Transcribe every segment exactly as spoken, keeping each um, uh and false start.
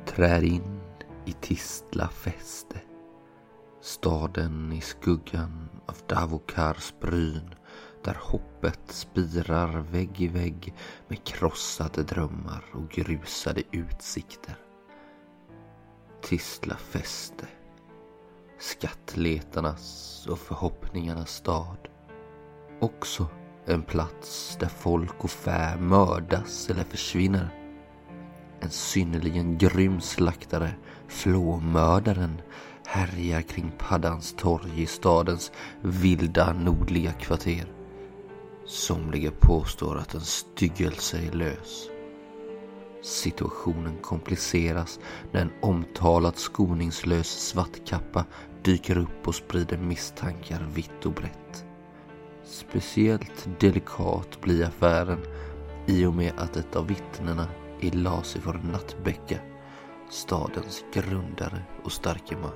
trär in i Tistla fäste, staden i skuggan av Davokars bryn, där hoppet spirar vägg i vägg med krossade drömmar och grusade utsikter. Tistla fäste, skattletarnas och förhoppningarnas stad. Också en plats där folk och fä mördas eller försvinner. En synnerligen grym slaktare, flåmördaren, härjar kring Paddans torg i stadens vilda nordliga kvarter. Somliga påstår att en styggelse är lös. Situationen kompliceras när en omtalat skoningslös svartkappa dyker upp och sprider misstankar vitt och brett. Speciellt delikat blir affären i och med att ett av vittnena är Lasivor Nattbäcka, stadens grundare och starke man.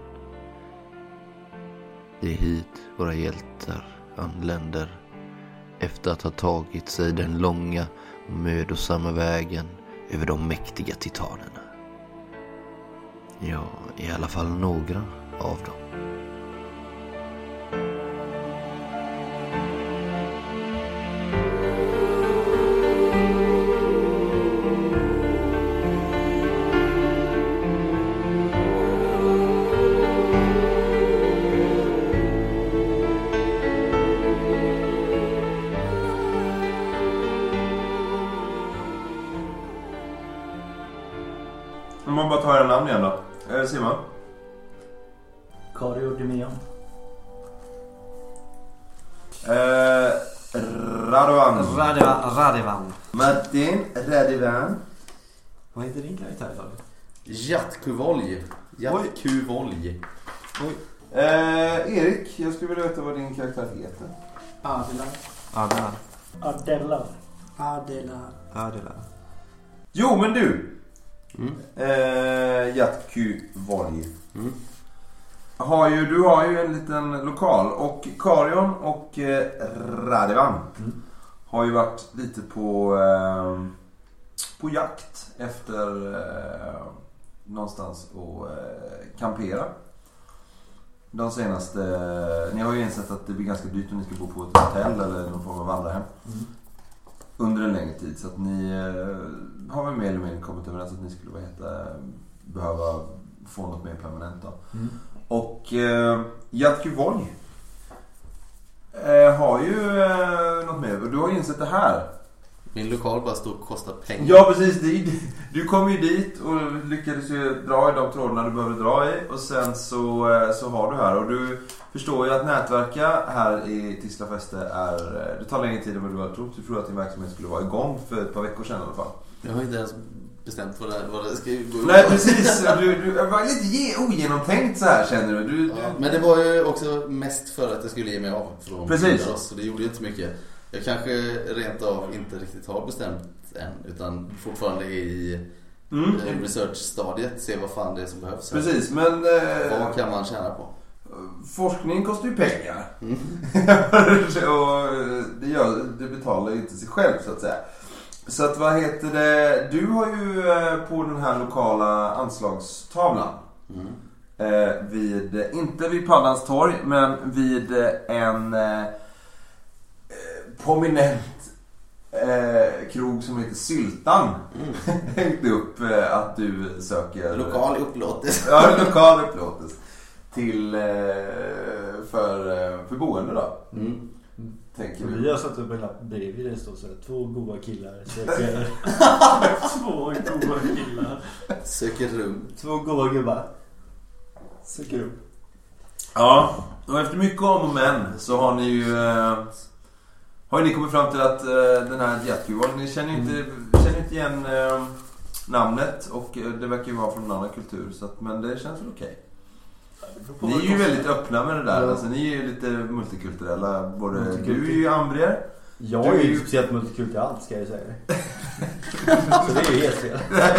Det är hit våra hjältar anländer efter att ha tagit sig den långa och mödosamma vägen över de mäktiga titanerna. Ja, i alla fall några av dem. Om man bara tar era namn igen då. Eh, Simon? Kari och Demian. Eh, Radovan. Radevan. Radevan. Martin Radovan. Vad heter din karaktär idag? Jatkuvolj. Jatkuvolj. Oj. Eh, Erik, jag skulle vilja veta vad din karaktär heter. Adela. Adela. Adela. Adela. Adela. Jo, men du. Mm. Eh, Jatkuvolj. Mm. Har ju, du har ju en liten lokal. Och Karion och eh, Radovan Mm. har ju varit lite på eh, på jakt efter eh, någonstans att eh, kampera. De senaste, ni har ju insett att det blir ganska dyrt om ni ska bo på ett hotell eller någon form av vandrarhem Mm. under en längre tid, så att ni eh, har väl mer eller mindre kommit överens att ni skulle vad heter, behöva få något mer permanent då. Mm. Och eh, Jatkuvolj eh, har ju eh, något mer, och du har ju insett det här. Min lokal bara står och kostar pengar. Ja, precis. Det, du kom ju dit och lyckades ju dra i de trådarna du behöver dra i. Och sen så, så har du här. Och du förstår ju att nätverka här i Tistla fäste är... Det tar längre tid än vad du har trott. Du tror att din verksamhet skulle vara igång för ett par veckor sedan i alla fall. Jag har inte ens bestämt vad det, vad det ska gå ut. Nej, precis. Du, du var lite ge, ogenomtänkt så här, känner du. du, Ja, du... men det var ju också mest för att det skulle ge mig av från Precis. oss. Så det gjorde ju inte så mycket. Jag kanske rent av inte riktigt har bestämt än, utan fortfarande är i Mm. eh, research-stadiet, se vad fan det är som behövs. Precis, men... Eh... Vad kan man tjäna på? Forskning kostar ju pengar. Mm. Och det, gör, det betalar ju inte sig själv, så att säga. Så att vad heter det? Du har ju på den här lokala anslagstavlan Mm. eh, vid, inte vid Paddans torg, men vid en eh, prominent eh, krog som heter Syltan Mm. hängt upp eh, att du söker Lokal upplåtelse. ja, lokal upplåtelse till eh, för, eh, för boende då. Mm. Tänker Vi du. har satt upp en lapp bredvid, det står så här: två goda killar söker. Två goda killar. Söker rum. Två goda gubbar söker upp. Ja, och efter mycket om och men så har ni ju eh, har ju ni kommit fram till att eh, den här Jatkuvolj, ni känner ju inte, mm. känner inte igen eh, namnet, och eh, det verkar ju vara från en annan kultur, så att, men det känns väl okej. Ni är ju väldigt öppna med det där, ja. alltså, ni är ju lite multikulturella, både Multikultur. du är ju ambrier. Jag Du är är ju ju- speciellt multikulturellt, ska jag säga det. Så det är ju helt fel.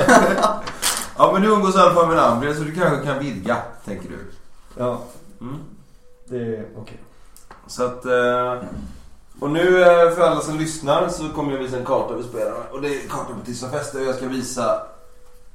Ja, men du umgås i alla fall med en ambrier, så du kanske kan vidga, tänker du. Ja, Mm. det är okej. Så att eh, och nu eh, för alla som lyssnar så kommer jag visa en karta över spelarna, och det är kartan på Tistla fäste, och jag ska visa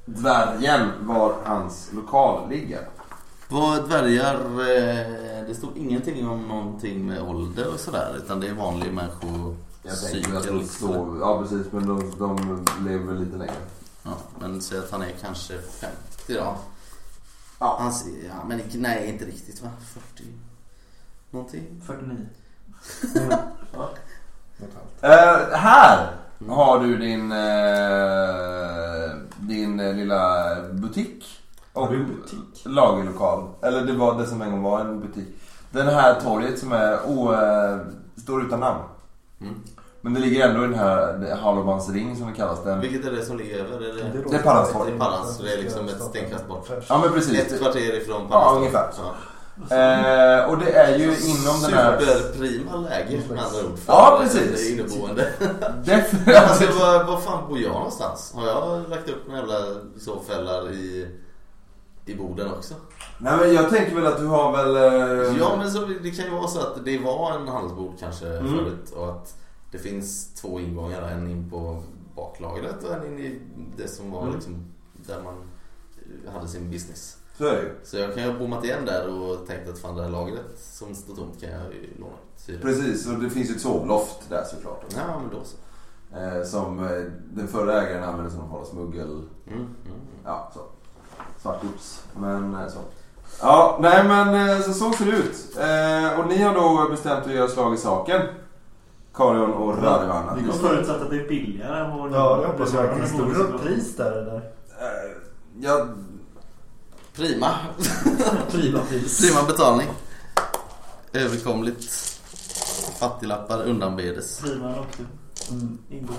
dvärgen var hans lokal ligger. Vad dvärgar, eh, det stod ingenting om någonting med ålder och sådär, utan det är vanlig människor. Jag tänker att de står, ja precis, men de, de lever lite längre. Ja, men säg att han är kanske femtio då. Ja. Han ser, ja, men nej, inte riktigt va? fyrtio någonting. fyrtionio. Ja. Uh, här mm. har du din uh, din uh, lilla butik och butik? lagerlokal. Eller det var det som en gång var en butik. Den här torget som är oh, uh, står utan namn. Mm. Men det ligger ändå i den här Hallobands ring som det kallas den. Vilket är det som ligger över? Är det, det är Parlandstorget. Det är Parlands, så det är liksom ett stenkast bort. Ja men precis. Ett kvarter ifrån Parlands. Ja ungefär. Ja. Eh, och det är ju inom den här superprima läge med andra ord. Ja precis. Det är inneboende. Definitivt. Alltså, vad, vad fan bor jag någonstans? Har jag lagt upp några jävla sovfällar i i Boden också? Nej men jag tänker väl att du har väl eh... Ja men så, det kan ju vara så att det var en handelsbord kanske mm. förut och att det finns två ingångar, en in på baklagret och en in i det som var mm. liksom där man hade sin business. Så är det ju. Så jag kan ju ha bommat igen där och tänkt att fan det här lagret som står tomt kan jag ju låna ut. Precis, och det finns ju ett sovloft där såklart. Ja, men då så. Eh, som eh, den förra ägaren använde som hålla smuggel. Mm. Mm. Ja, så. Svartgods. Men eh, så. Ja, nej men eh, så, så ser det ut. Eh, och ni har då bestämt att göra slag i saken. Karin och Radivanna. Vi har förutsatt att det är billigare än vad... Ja, det hoppas jag att det står upp pris där eller? Eh, ja... Prima. Prima pris. Prima betalning. Överkomligt. Fattiglappar undanbedes. Prima också. Mm. Ingår.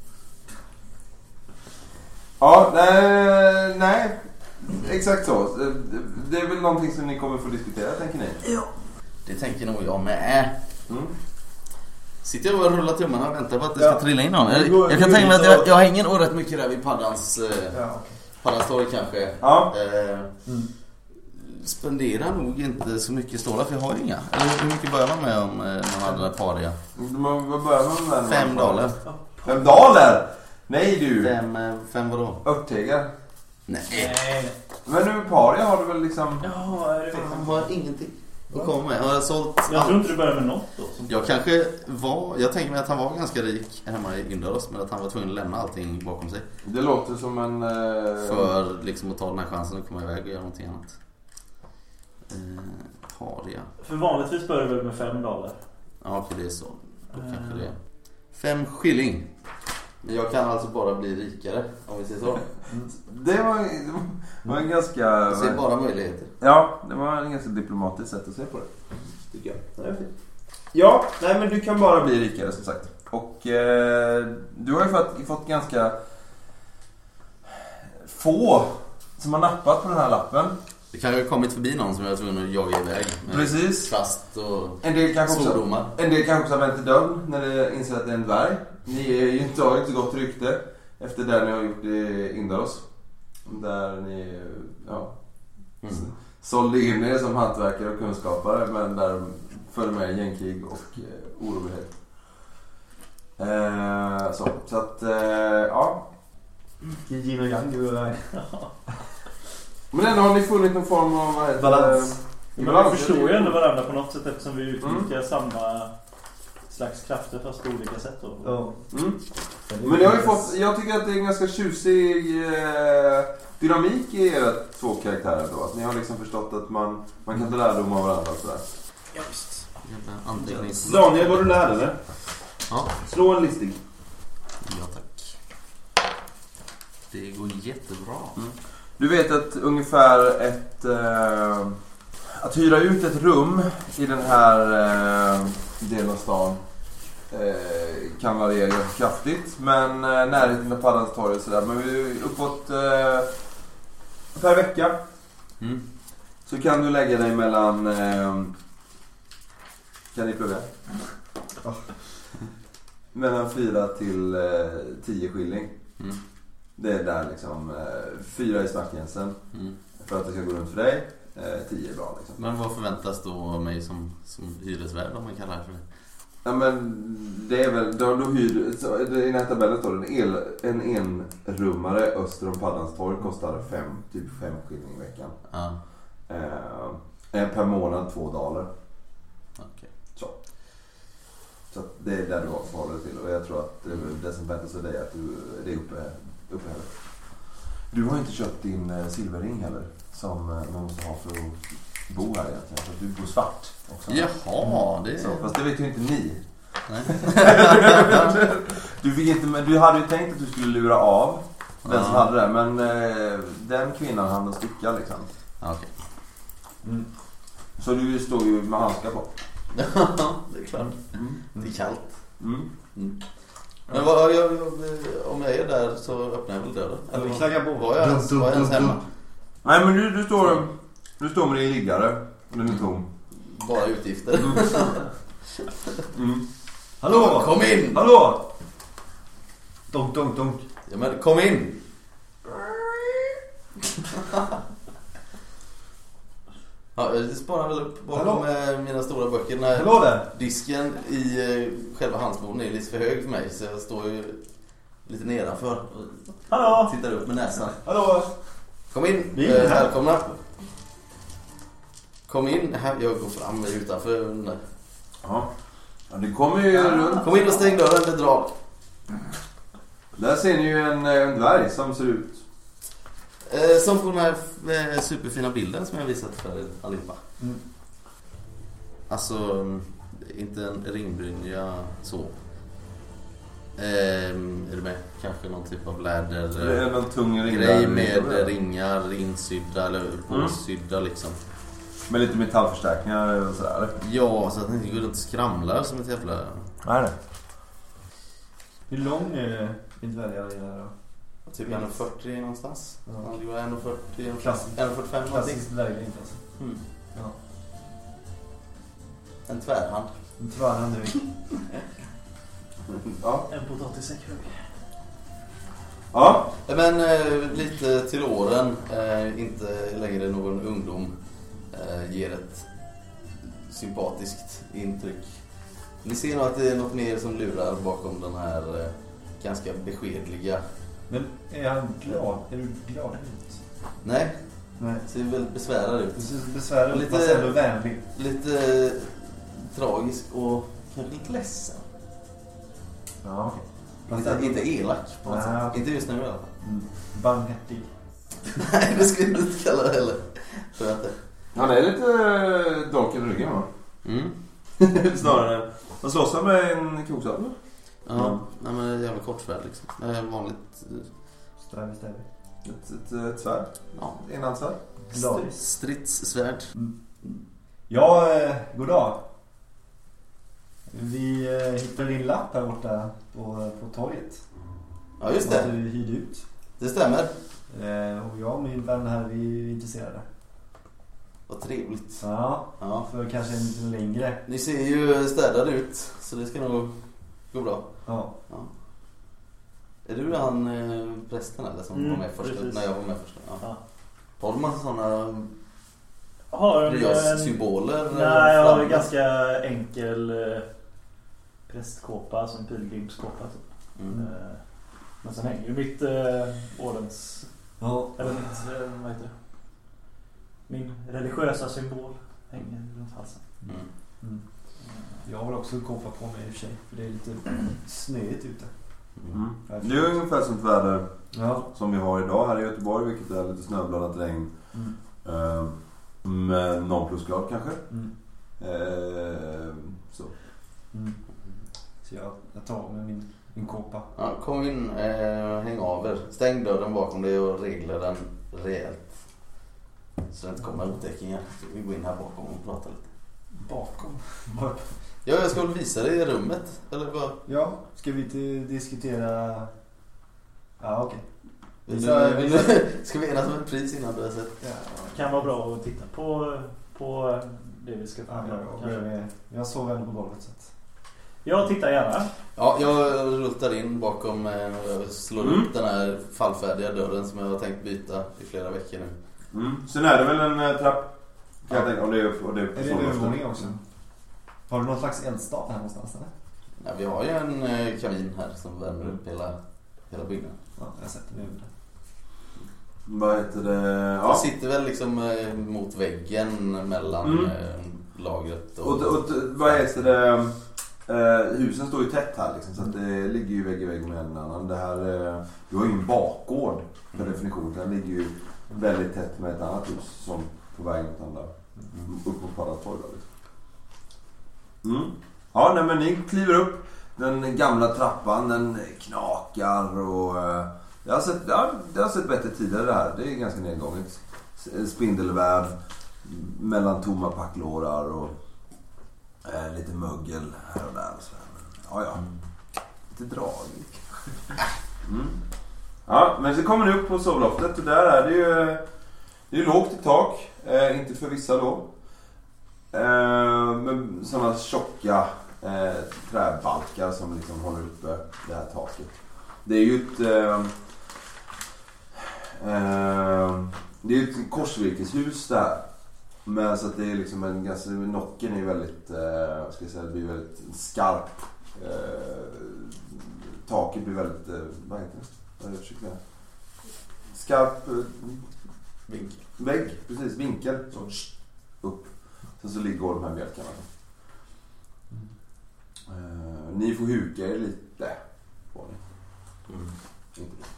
Ja, nej, nej. Exakt så. Det är väl någonting som ni kommer få diskutera, tänker ni? Ja. Det tänker nog jag med. Mm. Sitter jag och rullar tummarna och väntar på att det ska ja. trilla in någon. Jag, jag kan tänka mig att jag, jag hänger nog rätt mycket där vid Paddans... Eh, ja, okay. Paddanstorg kanske. Ja. Eh, mm. Spenderar nog inte så mycket stålar för jag har ju inga. Eller hur mycket börjar man med om eh, man hade den paria? Vad börjar man med? Fem daler. Fem daler? Nej du. Fem, fem vadå? Örttegar. Nej. Nej. Men nu paria har du väl liksom... Ja, är det fan har ingenting att komma med. Har jag sålt jag allt? tror inte du börjar med något då. Jag kanske var... Jag tänker mig att han var ganska rik hemma i Indaros, men att han var tvungen att lämna allting bakom sig. Det låter som en... Eh... För liksom att ta den här chansen att komma iväg och göra någonting annat. Eh, paria. För vanligtvis börjar vi med fem dagar. Ja, okej, det är så. Då mm. kanske det är. Fem skilling. Men jag kan alltså bara bli rikare, om vi säger så. Det var, det var en ganska... Jag ser bara möjligheter. Ja, det var en ganska diplomatiskt sätt att se på det. Tycker jag. Det är fint. Ja, nej men du kan bara bli rikare som sagt. Och eh, du har ju fått, fått ganska få som har nappat på den här lappen. Det kan ju ha kommit förbi någon som jag var tvungen att jaga iväg med precis. Kvast och en del kanske svordomar. Också, en del kanske också har vänt till dörren när de inser att det är en dvärg. Ni är ju inte har inte gott rykte efter det ni har gjort i Indaros. Där ni ja, mm. sålde in er som hantverkare och kunskapare, men där följde med gängkrig och eh, orolighet. Eh, så, så att eh, ja. Yin och yang du är. Men ändå har ni funnit någon form av vad heter, balans. Men balans. Vi förstår ju ändå varandra på något sätt eftersom vi utnyttjar mm. samma slags krafter fast på olika sätt då. Ja. Mm. Men jag har ju fått, jag tycker att det är en ganska tjusig eh, dynamik i era två karaktärer då. Att ni har liksom förstått att man, man kan ta lärdom av varandra och sådär. Ja, visst. Daniel, vad du lärde eller? Ja. Slå en listig. Ja, tack. Det går jättebra. Mm. Du vet att ungefär ett... Eh, att hyra ut ett rum i den här eh, delen av stan eh, kan variera kraftigt. Men eh, närheten av Parlandstorget och sådär. Men vi är uppåt eh, per vecka. Mm. Så kan du lägga dig mellan... Eh, kan ni plugga? Oh. Mellan fyra till eh, tio skilling. Mm. Det är där liksom eh, fyra i snackgränsen mm. för att det ska gå runt för dig. Eh, tio är bra liksom. Men vad förväntas då av mig som, som hyresvärd om man kallar det för det? Ja men det är väl, då, då hyr, så, i den här tabellen står det en, el, en enrummare öster om Paddanstorg kostar fem, typ fem skilling i veckan. Ja. Eh, per månad två daler. Okay. Så. Så att det är där du har förhållit till. Och jag tror att det, det som väntar sig dig är att du, det är uppe, uppe här. Du har inte köpt din eh, silverring heller. Som man måste ha för att bo här egentligen. Så att du bor svart också. Jaha, det är... Så, fast det vet ju inte ni. Nej. du, fick inte, men du hade ju tänkt att du skulle lura av den ja. som hade det. Men eh, den kvinnan hann att sticka liksom. Okej. Okay. Mm. Så du står ju med handskar på. Ja, det är klart. Mm. Det är kallt. Mm. Mm. Men vad, jag, jag, om jag är där så öppnar jag väl dörren. Eller vi knacka på. Var jag ens, var jag ens hemma? Nej men du, du, står, du står med din liggare. Och den är tom. Bara utgifter. Mm. Mm. Hallå! Kom in! Hallå! Donk, donk, donk. Ja men kom in! Ja, jag sparar väl upp bakom med mina stora böcker. Den här Hallå där! disken i uh, själva handsboden är lite för hög för mig. Så jag står ju lite nedanför och Hallå! tittar upp med näsan. Hallå! Kom in, Vi är uh, här. välkomna. Kom in, här, jag går fram utanför. Ja. Ja, det kommer ju runt. Kom in och stäng dörren, det drar. Där ser ni ju en, en dvärg som ser ut. Eh, som på den här eh, superfina bilden som jag visat för er allihopa. Mm. Alltså, inte en ringbrynja så. Eh, är det med kanske någon typ av läder Det är någon tung ring grej där. med ringar insydda eller påsydda mm. liksom. Med lite metallförstärkningar och sådär. Ja, så att den inte går runt och skramlar som ett jävla... Nej, nej. Hur lång är din dvärgar i det här då? Typ en fyrtio någonstans. Ja. Han går en fyrtio, Klassisk. en fyrtiofem någonting. Klassisk dvärgling alltså. Mm. Ja. En tvärhand. En tvärhand nu. Ja. En potatissäck hög. Ja. Men eh, lite till åren, eh, inte längre någon ungdom, eh, ger ett sympatiskt intryck. Ni ser nog att det är något mer som lurar bakom den här eh, ganska beskedliga. Men är han glad? Är du glad ut? Nej, Nej. ser väldigt besvärad ut. Du ser besvärad ut, Lite- fast ändå vänlig. Lite eh, tragisk och kanske lite ledsen. Ja, okej. Fast Inte, ändå- inte elak på något Nej, sätt. okej. Inte just nu i alla fall. Mm. Barmhärtig. Nej, det skulle jag inte kalla det heller. Tror jag inte. Han är lite dolken i ryggen va? Mm. Snarare. Han slåss han med en kroksaddel? Ja, Mm. nej, men det är jävla kortsvärd liksom. Eh, vanligt... eh, Stävig, stävig. Ett, ett, ett svärd? Ja. Enhandsvärd? Glad. Str- stridssvärd. Ja, eh, god dag. Vi eh, hittade din lapp här borta på, på torget. Ja, just Att det. du hyrde ut. Det stämmer. Eh, och jag och min vän här, vi är intresserade. Vad trevligt. Ja, Ja. för kanske en lite längre. Ni ser ju städade ut, så det ska nog gå bra. Ja. Ja. Är du han eh, prästen eller som Mm, var med först precis. när jag var med först? Ja. Ja. Har du massa sådana Har en, en, symboler? nej, jag har en ganska enkel eh, prästkåpa, alltså en pilgrimskåpa typ. Mm. Eh, men sen hänger ju mitt eh, ordens, Ja. eller mitt, eh, vad heter det? Min religiösa symbol hänger runt halsen. Mm. Mm. Jag har väl också en kåpa på mig i och för sig. För det är lite snöigt ute. Mm. Det är ungefär sånt väder Ja. som vi har idag här i Göteborg, vilket är lite snöblandat regn. Mm. Eh, med någon plusgrad kanske. Mm. Eh, så. Mm. Så jag, jag tar med min, min kåpa. Ja, kom in, eh, häng av er. Stäng dörren bakom dig och regla den rejält. Så det inte kommer upptäckningar. Vi går in här bakom och pratar lite. Bakom. Ja, jag ska väl visa dig i rummet. Eller vad? Ja, ska vi inte diskutera... Ja, okej. Vill du, vill du, ska vi enas om ett pris innan du har sett? Ja, Kan vara bra att titta på, på det vi ska få. ja, jag, jag, jag sov ändå på golvet. Så att... Jag tittar gärna. Ja, jag rultar in bakom och slår Mm. upp den här fallfärdiga dörren som jag har tänkt byta i flera veckor nu. Mm. Sen är det väl en eh, trapp. Kan jag tänka, och det är upp och det är upp på Är det en sovrummet. övervåning också? Har du någon slags eldstad här någonstans eller? Ja, vi har ju en eh, kamin här som värmer upp hela, hela byggnaden. Ja, jag sätter mig över det. Vad heter det? Ja. Det sitter väl liksom eh, mot väggen mellan Mm. eh, lagret och... Och, och vad heter det? Eh, husen står ju tätt här liksom, så att det ligger ju vägg i vägg med en annan. Det här, eh, du har ju en bakgård för Mm. definition. Den ligger ju väldigt tätt med ett annat hus som på väg mot andra. Mm. Upp på Paratorg då liksom. Mm. Ja, nej, men ni kliver upp den gamla trappan, den knakar och eh, jag har sett, ja, det har sett bättre tidigare det här. Det är ganska nedgånget. Spindelvärd mellan tomma packlårar och eh, lite mögel här och där och så här. Men, ja, ja. Lite dragigt. Mm. Ja, men så kommer ni upp på sovloftet och där är det ju det är ju lågt i tak, eh, inte för vissa då. Eh, med sådana tjocka eh, träbalkar som liksom håller uppe det här taket. Det är ju ett eh, eh, det är ju ett korsvirkeshus där. Men så att det är liksom en ganska, nocken är väldigt eh, ska jag säga, det blir väldigt skarp. Eh, taket blir väldigt eh, vad heter det? Vad jag försöker säga? Skarp eh, Vinkel. vägg, precis, vinkel så upp. Sen så ligger de här bjälkarna. Uh, ni får huka er lite på ni. Mm. Inte det.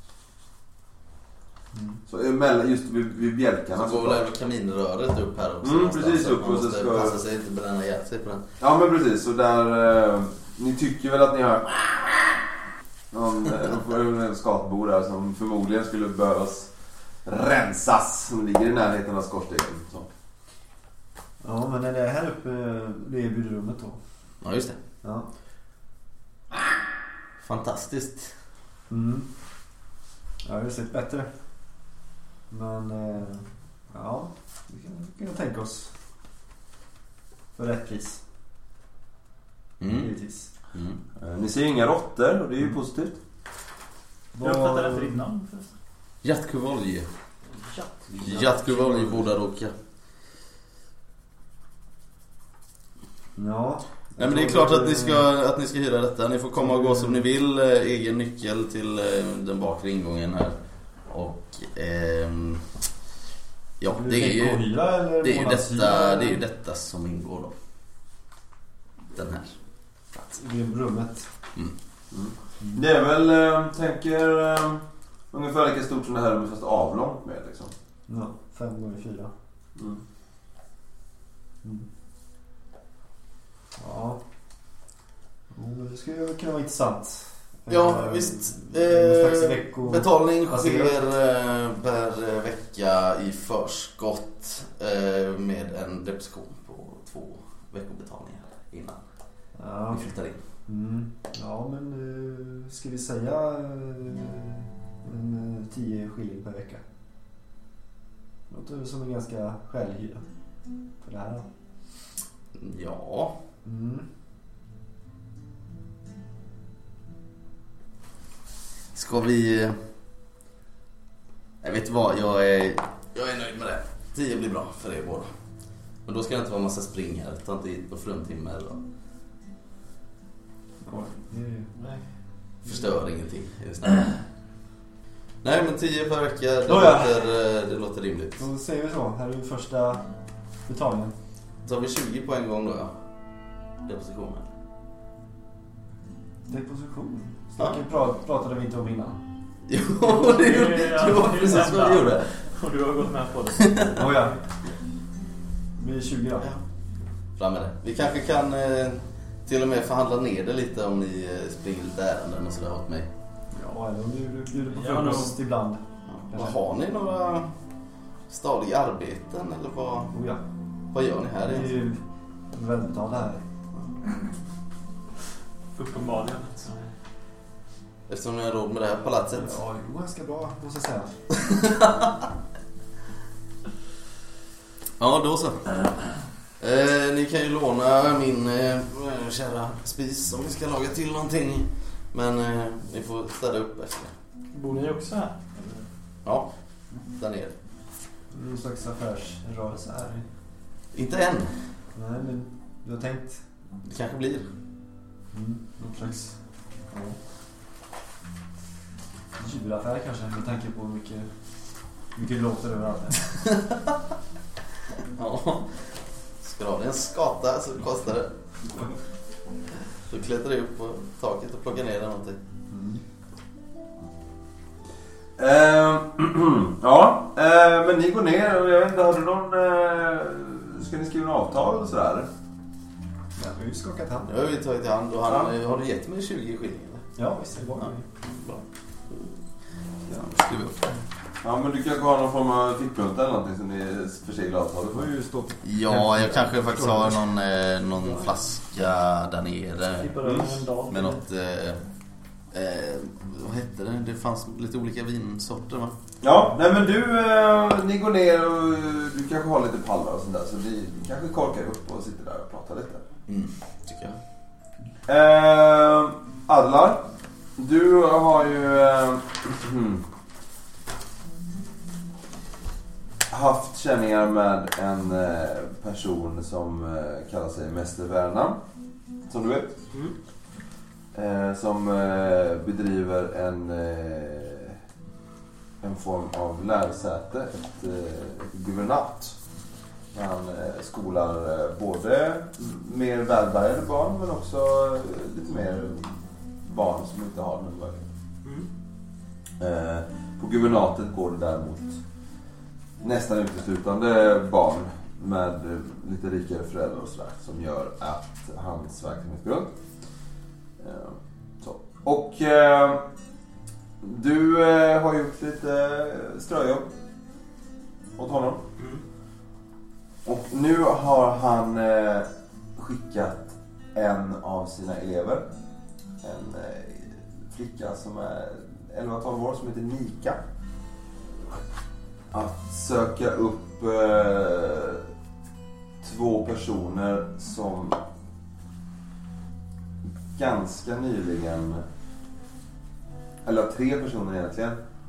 Mm. Så emellan, just vid, vid bjälkarna så går väl kaminröret upp här också. Mm, precis, upp och så ska ska passa sig inte bränna ihjäl sig på den. Ja, men precis, så där uh, ni tycker väl att ni har någon, någon skatbo där som förmodligen skulle behövas rensas, som ligger i närheten av skorstenen så. Ja, men är det här uppe, det är budrummet då? Ja, just det. Ja. Fantastiskt. Mm. Ja, det har sett bättre. Men eh, ja, det kan vi kan tänka oss. För rätt pris. Mm. Givetvis. Mm. Uh, ni ser inga råttor och det är ju positivt. Jag uppfattar inte ditt namn förresten. Jatkuvolj. Jatkuvolj Bodaroka. Ja. Nej, men det är klart att ni ska att ni ska hyra detta. Ni får komma och gå som ni vill. Eh, egen nyckel till eh, den bakre ingången här. Och ehm, ja, det är ju det är ju detta det är ju detta som ingår då. Den här. I rummet. Mm. Mm. Det är väl äh, tänker äh, ungefär lika stort som det här rummet fast avlångt med liksom. Ja, fem gånger fyra. Mm. Mm. Ja. Oh, det skulle kunna vara intressant. Ja, eh, visst. Eh, vecko... Betalning sker eh, per vecka i förskott eh, med en deposition på två veckobetalningar innan ja. vi flyttar in. Mm. Ja, men uh, ska vi säga uh, en uh, tio skilling per vecka? Det låter som en ganska skälig hyra för det här då. Ja. Mm. Ska vi... Jag vet vad, jag är, jag är nöjd med det. tio blir bra för er båda. Men då ska det inte vara massa springar, ta inte hit på fruntimmer och Nej. förstör ingenting. Nej, men tio per vecka, det, oh, ja. låter, det låter rimligt. Då säger vi så, här är första betalningen. Så har vi tjugo på en gång då, ja. Depositionen. Deposition? Ja. Ja. Pratade vi inte om innan? Jo, det, det var precis vad vi gjorde. Och du har gått med på det. Oh, ja. Det blir tjugo då. Ja. Fram med det. Vi kanske kan eh, till och med förhandla ner det lite om ni eh, springer lite ärenden och sådär åt mig. Ja, eller om du bjuder på Ja, frukost ibland. Ja. Vad har ni några stadiga arbeten eller vad, Oh, ja. vad gör ni här? Det är ju välbetalda här. Uppenbarligen. Eftersom ni har råd med det här palatset. Ja, det går ganska bra, måste jag säga. Ja, då så. Eh, ni kan ju låna min eh, kära spis om ni ska laga till någonting. Men eh, ni får städa upp efter. Bor ni också här? Ja, där nere. Det är en slags affärsrörelse här. Inte än. Nej, men Du har tänkt? Det kanske blir. Mm, någon slags ja. Djuraffär kanske, med tanke på hur mycket, mycket låter överallt. Ja. Ska du ha en skata så kostar det. Så klättrar du upp på taket och plockar ner den någonting. Mm. Uh, ja, uh, men ni går ner och jag vet inte, har du någon... Uh, ska ni skriva en avtal och sådär? Ja, vi har ju skakat hand. Nu har vi tagit i hand och han, ja. Har du gett mig tjugo skillingar? Ja, visst är det bra. Ja, bra. Ja, skriv upp. Ja, men du kanske har någon form av fickpunta eller någonting som ni förseglar avtalet på. Ju stå. Ja, jag kanske faktiskt har någon, eh, någon flaska där nere. Mm. Med något... Eh, eh, vad hette det? Det fanns lite olika vinsorter, va? Ja, nej men du... Eh, ni går ner och du kanske har lite pallar och sånt där. Så ni kanske korkar upp och sitter där och pratar lite. Mm, tycker jag. Eh, Adlar, du har ju... Eh, haft känningar med en eh, person som eh, kallar sig Mäster Värna, som du vet. Mm. Eh, som eh, bedriver en eh, en form av lärsäte, ett, eh, ett guvernat. Han eh, skolar eh, både mer välbärgade barn men också eh, lite mer barn som inte har den möjligheten. Mm. Eh, på guvernatet går det däremot nästan uteslutande barn med lite rikare föräldrar och sådär, som gör att hans verksamhet går runt. Så. Och eh, du eh, har gjort lite ströjobb åt honom. Mm. Och nu har han eh, skickat en av sina elever, en eh, flicka som är elva tolv år som heter Nika, att söka upp eh, två personer som ganska nyligen, eller tre personer egentligen,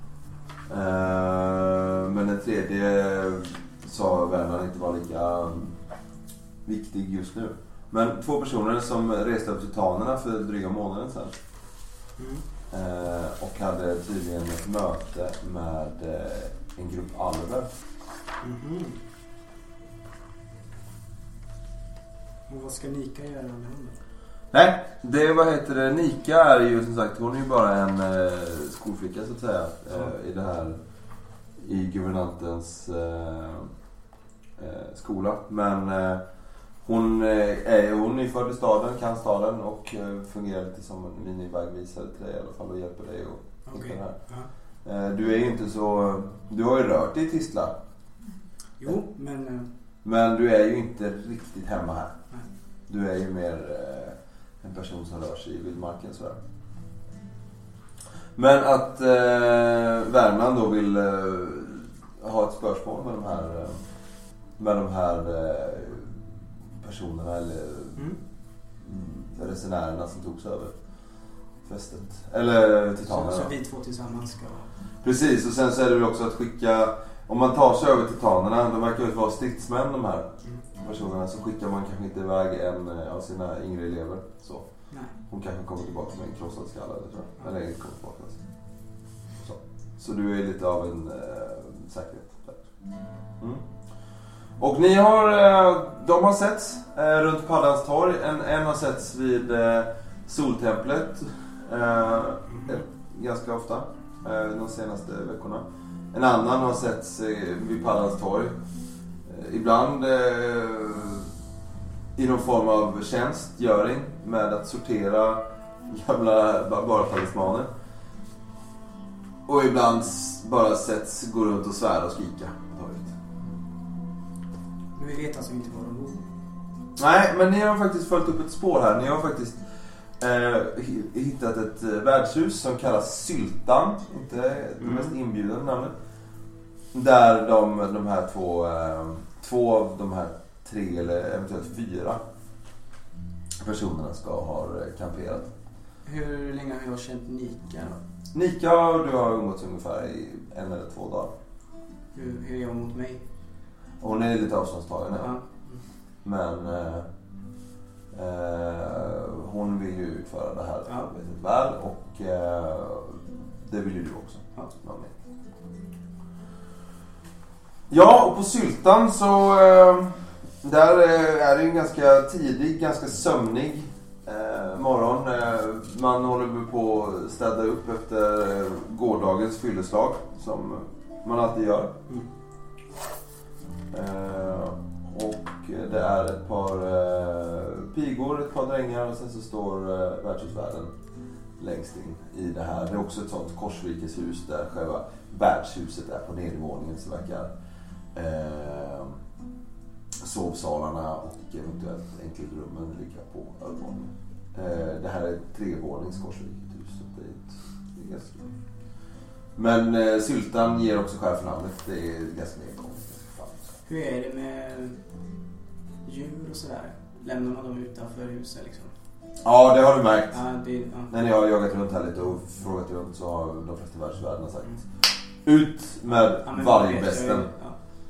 eh, men den tredje sa Värmland inte var lika viktig just nu. Men två personer som reste upp till Tanerna för dryga månaden sedan. Mm. Eh, och hade tydligen ett möte med eh, en grupp alver. Mm-hmm. Och vad ska Nika göra med henne? Nej, det vad heter det? Nika är ju som sagt, hon är ju bara en eh, skolflicka så att säga, eh, i det här i guvernantens eh, eh, skola. Men eh, hon är hon är född i staden, kan staden och eh, fungerar lite som en minivägvisare till dig i alla fall och hjälper dig och okay. det här. Uh-huh. Eh, du är ju inte så, du har ju rört dig i Tistla. Jo, men eh... men du är ju inte riktigt hemma här. Nej. Du är ju mer eh, en person som rör sig i vildmarken sådär. Men att eh, Värmland då vill eh, ha ett spörsmål med de här eh, med de här eh, personerna eller mm. resenärerna som togs över fästet. Eller titanerna. Så, så vi två tillsammans ska... Precis, och sen så är det väl också att skicka, om man tar sig över titanerna, de verkar ju vara stridsmän de här mm. personerna, så skickar man kanske inte iväg en av sina yngre elever. Så. Nej. Hon kanske kommer tillbaka med en krossad skall eller tror jag. Eller inte kommer tillbaka. Så. Så du är lite av en äh, säkerhet där. Mm. Och ni har, de har setts eh, runt Paddans torg. En, en har setts vid eh, Soltemplet eh, ganska ofta eh, de senaste veckorna. En annan har setts eh, vid Paddans torg. Eh, ibland eh, i någon form av tjänstgöring med att sortera gamla barbartalismaner. Och ibland bara setts gå runt och svära och skrika. Men vi vet alltså inte var de bor. Nej, men ni har faktiskt följt upp ett spår här. Ni har faktiskt eh, hittat ett eh, värdshus som kallas Syltan. Inte det mm. mest inbjudande namnet. Där de, de här två, eh, två av de här tre eller eventuellt fyra personerna ska ha kamperat. Hur länge har jag känt Nika? Nika, du har umgåtts ungefär i en eller två dagar. Hur, hur är hon mot mig? Hon är lite avståndstagande. Ja. Men eh, Eh, hon vill ju utföra det här Ja. arbetet väl och eh, det vill ju du också. Ja. Ja, och på Syltan så eh, där är det en ganska tidig, ganska sömnig eh, morgon. Eh, man håller på att städa upp efter eh, gårdagens fylleslag som man alltid gör. Mm. Eh, och det är ett par eh, pigor, ett par drängar och sen så står eh, värdshusvärden längst in i det här. Det är också ett sånt korsrikeshus där själva värdshuset är på nedervåningen, så verkar eh, sovsalarna och eventuellt enkelrummen ligga på övervåningen. Eh, det här är ett trevånings korsrikeshus, så det är, ett, det är ganska stort. Men eh, Syltan ger också själv för namnet, det är ganska nedgånget. Hur är det med djur och sådär? Lämnar man dem utanför huset liksom? Ja, det har du märkt. Ja, det, ja. När jag har jagat runt här lite och frågat runt så har de flesta världsvärldarna sagt mm. ut med ja, vargbästen. Ja.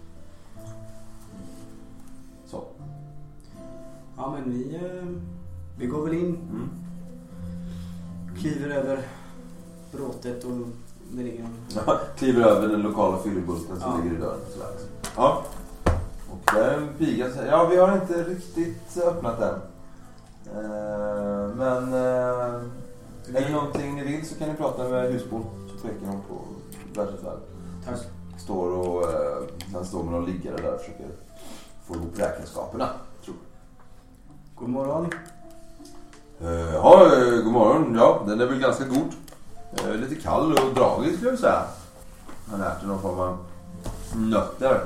Så. Ja, men vi, vi går väl in. Mm. Kliver över bråtet och det ligger en... Ja, kliver över den lokala fyllebulten som ja. ligger i dörren. Sådär. Ja. Och där är en piga. Ja, vi har inte riktigt öppnat den. Uh, men uh, vi... är det någonting ni vill så kan ni prata med husbord. Så pekar de på världsvärld. Tack. Står och uh, han står med någon liggare där och försöker få ihop räkenskaperna. Tror. God morgon. Uh, ja, uh, god morgon. Ja, den är väl ganska god. Uh, lite kall och dragig skulle jag säga. Han äter någon form av nötter.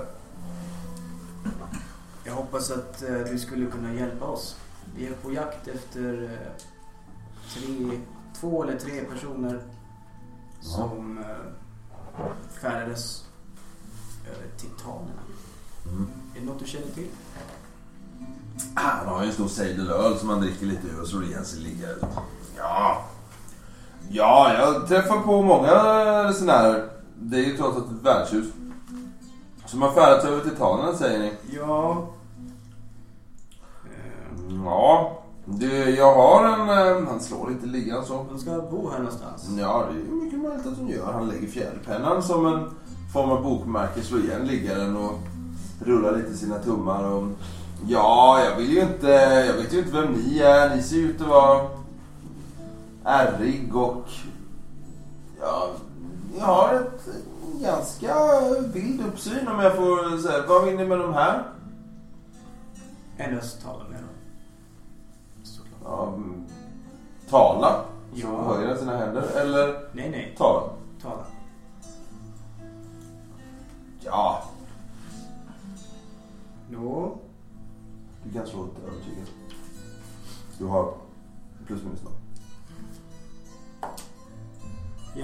Jag hoppas att uh, du skulle kunna hjälpa oss. Vi är på jakt efter uh, tre, två eller tre personer som uh, färdades över titanerna. Mm. Är det något du känner till? Han har ju en stor sejdelöl som han dricker lite ur och slår igen sig liggare. Ja. Ja, jag träffar på många resenärer. Det är ju trots allt ett värdshus. Som har färdats över titanerna, säger ni. Ja. Ja. Det, jag har en... Han slår lite liggande så. De ska bo här någonstans. Ja, det är mycket möjligt att de gör. Han lägger fjäderpennan som en form av bokmärke, slår igen liggaren och rullar lite sina tummar och... Ja, jag vill ju inte... Jag vet ju inte vem ni är. Ni ser ut att vara ärrig och... Ja, jag har ett ganska vild uppsyn om jag får säga. Vad vill ni med de här? Endast tala med dem. Ja, tala. Ja. Så höjer han sina händer. Eller Nej, nej. tala. Tala. Ja. Nå. Du kan slå ett övertyget. Du har plus minus noll. Ja.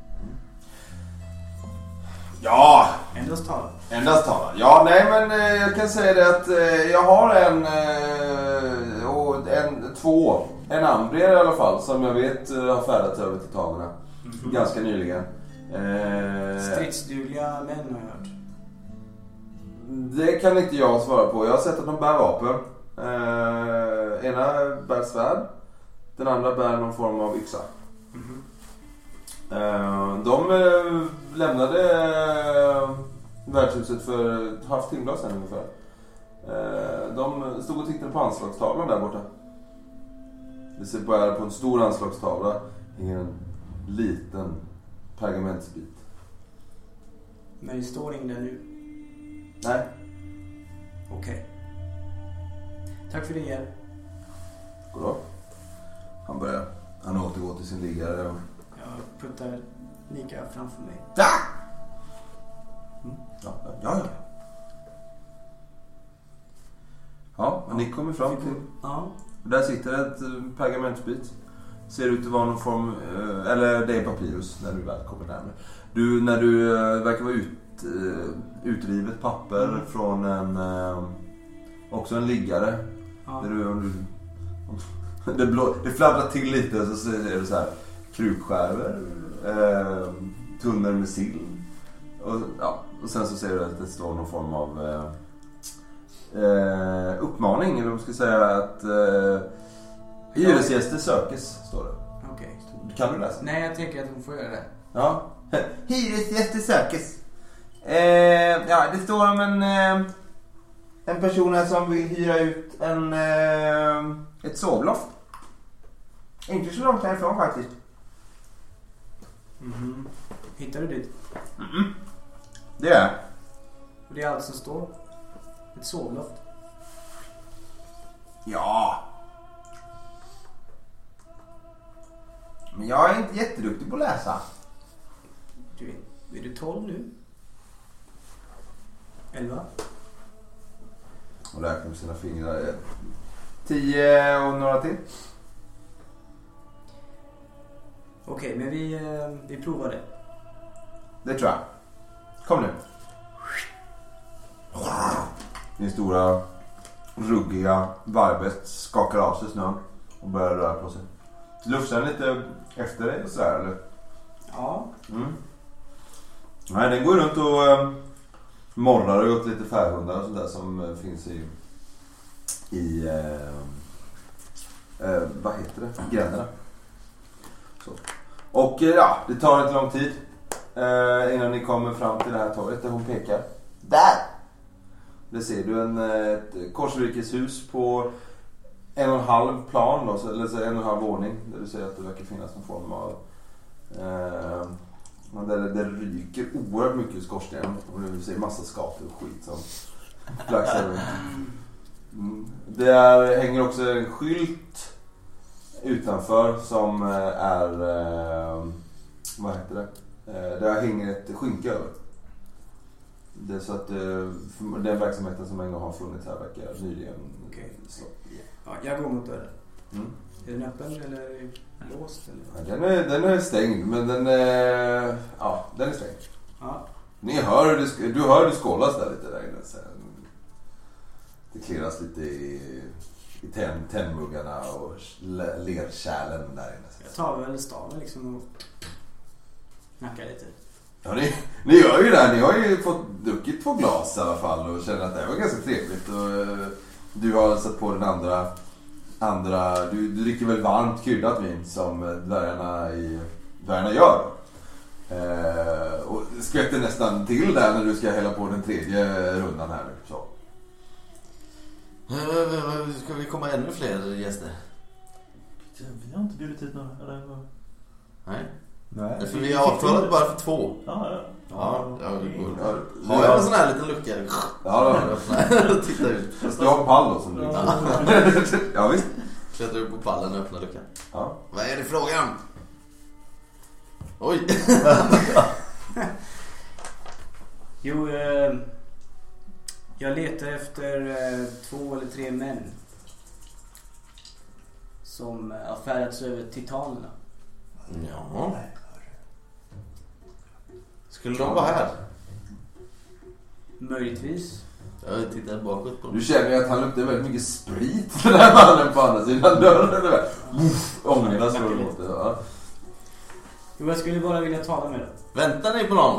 Ja. Endast tala. Endast tala. Ja, nej men eh, jag kan säga det att eh, jag har en eh, och en två en ambrier i alla fall som jag vet eh, har färdats över titanerna mm-hmm. ganska nyligen. Eh, Stridsdugliga män har jag hört. Det kan inte jag svara på. Jag har sett att de bär vapen. Eh, ena bär svärd, den andra bär någon form av yxa. Mm-hmm. Eh, de eh, lämnade eh, värdshuset för ett halvt timme sedan ungefär. Eh, de stod och tittade på anslagstavlan där borta. Det ser bara på en stor anslagstavla hänger en liten pergamentsbit. Men det står ingen där nu. Nej. Okej. Okay. Tack för det igen. Goddag. Han börjar. Han återgår till sin liggare. Och... Jag puttar Nika framför mig. Ja! Mm. Ja, ja, ja. Ja, men ni kommer fram till... Ja. Där sitter ett pergamentsbit. Ser ut att vara någon form... Eller det är papyrus när du väl kommer närmare. Du, när du verkar vara ut, utrivet papper mm. från en... Också en liggare. Ja. Där du, om du, om, det, blå, det fladdrar till lite och så är det så här krukskärvor, eh, tunnor med sill och, ja, och sen så ser du att det står någon form av eh, eh, uppmaning, eller vad ska jag säga, att eh, hyresgäster sökes, står det. Okej. Okay. Kan du läsa? Nej, jag tänker att hon får göra det. Ja. Hyresgäster sökes. Eh, ja, det står om en eh, en person här som vill hyra ut en eh, ett sovloft. Inte så långt härifrån faktiskt. Mhm. Hittar du dit? Mm-mm. Det är. Och det är allt som står. Ett sovloft. Ja. Men jag är inte jätteduktig på att läsa. Du vet, är du tolv nu? elva? Och räknar med sina fingrar. tio och några till. Okej, men vi, vi provar det. Det tror jag. Kom nu. Din stora ruggiga varbet skakar av sig snön och börjar röra på sig. Lufsar den lite efter dig och sådär, eller? Ja. Mm. Nej, den går runt och äh, morrar åt lite färghundar och sådär som äh, finns i i äh, äh, vad heter det? Gränderna. Så. Och äh, ja, det tar inte lång tid äh, innan ni kommer fram till det här torget där hon pekar. Där! Det ser du en, ett korsvirkeshus på en och en halv plan då, eller så en och en halv våning, där du ser att det verkar finnas någon form av eh, där det, det ryker oerhört mycket skorsten och du ser massa skator och skit som flaxar runt. Mm. Det är, hänger också en skylt utanför som är eh, vad heter det? Eh, där hänger ett skynke över. Det är så att eh, den verksamheten som en gång har funnits här verkar nyligen. Okej. Ja, jag går mot dörren. Mm. Är den öppen eller är den låst? Eller? Ja, den, är, den är stängd, men den är, ja, den är stängd. Ja. Ni hör hur det, du hör hur det skålas där lite där inne. Sen. Det klirras lite i, i tenn, tennmuggarna och lerkärlen där inne. Jag tar väl staven liksom och knackar lite. Ja, ni, ni gör ju det här. Ni har ju fått druckit två glas i alla fall och känner att det var ganska trevligt. Och du har satt på den andra, andra du, du dricker väl varmt kryddat vin som dvärgarna, i, dvärgarna gör. Eh, och skvätter nästan till där när du ska hälla på den tredje rundan här. Så. Ska vi komma ännu fler gäster? Vi har inte bjudit hit några. Eller? Nej. Nej. För vi har avtalat bara för två. Ja, ja. Ja, ja, det går. Har jag en sån här liten lucka? Ja, då. Titta ut. Du har en pall då som du... Ja, visst. Klättrar upp på pallen och öppnar luckan. Ja. Vad är det frågan? Oj. Jo, eh, jag letar efter eh, två eller tre män som eh, har färdats över titanerna. Ja. Skulle de vara här? Möjligtvis. Jag tittar bakåt på dem. Du känner ju att han luktar väldigt mycket sprit den här mannen på andra sidan dörren. Ångorna slår emot det. Ja. Jo, jag skulle bara vilja tala med dem. Väntar ni på någon?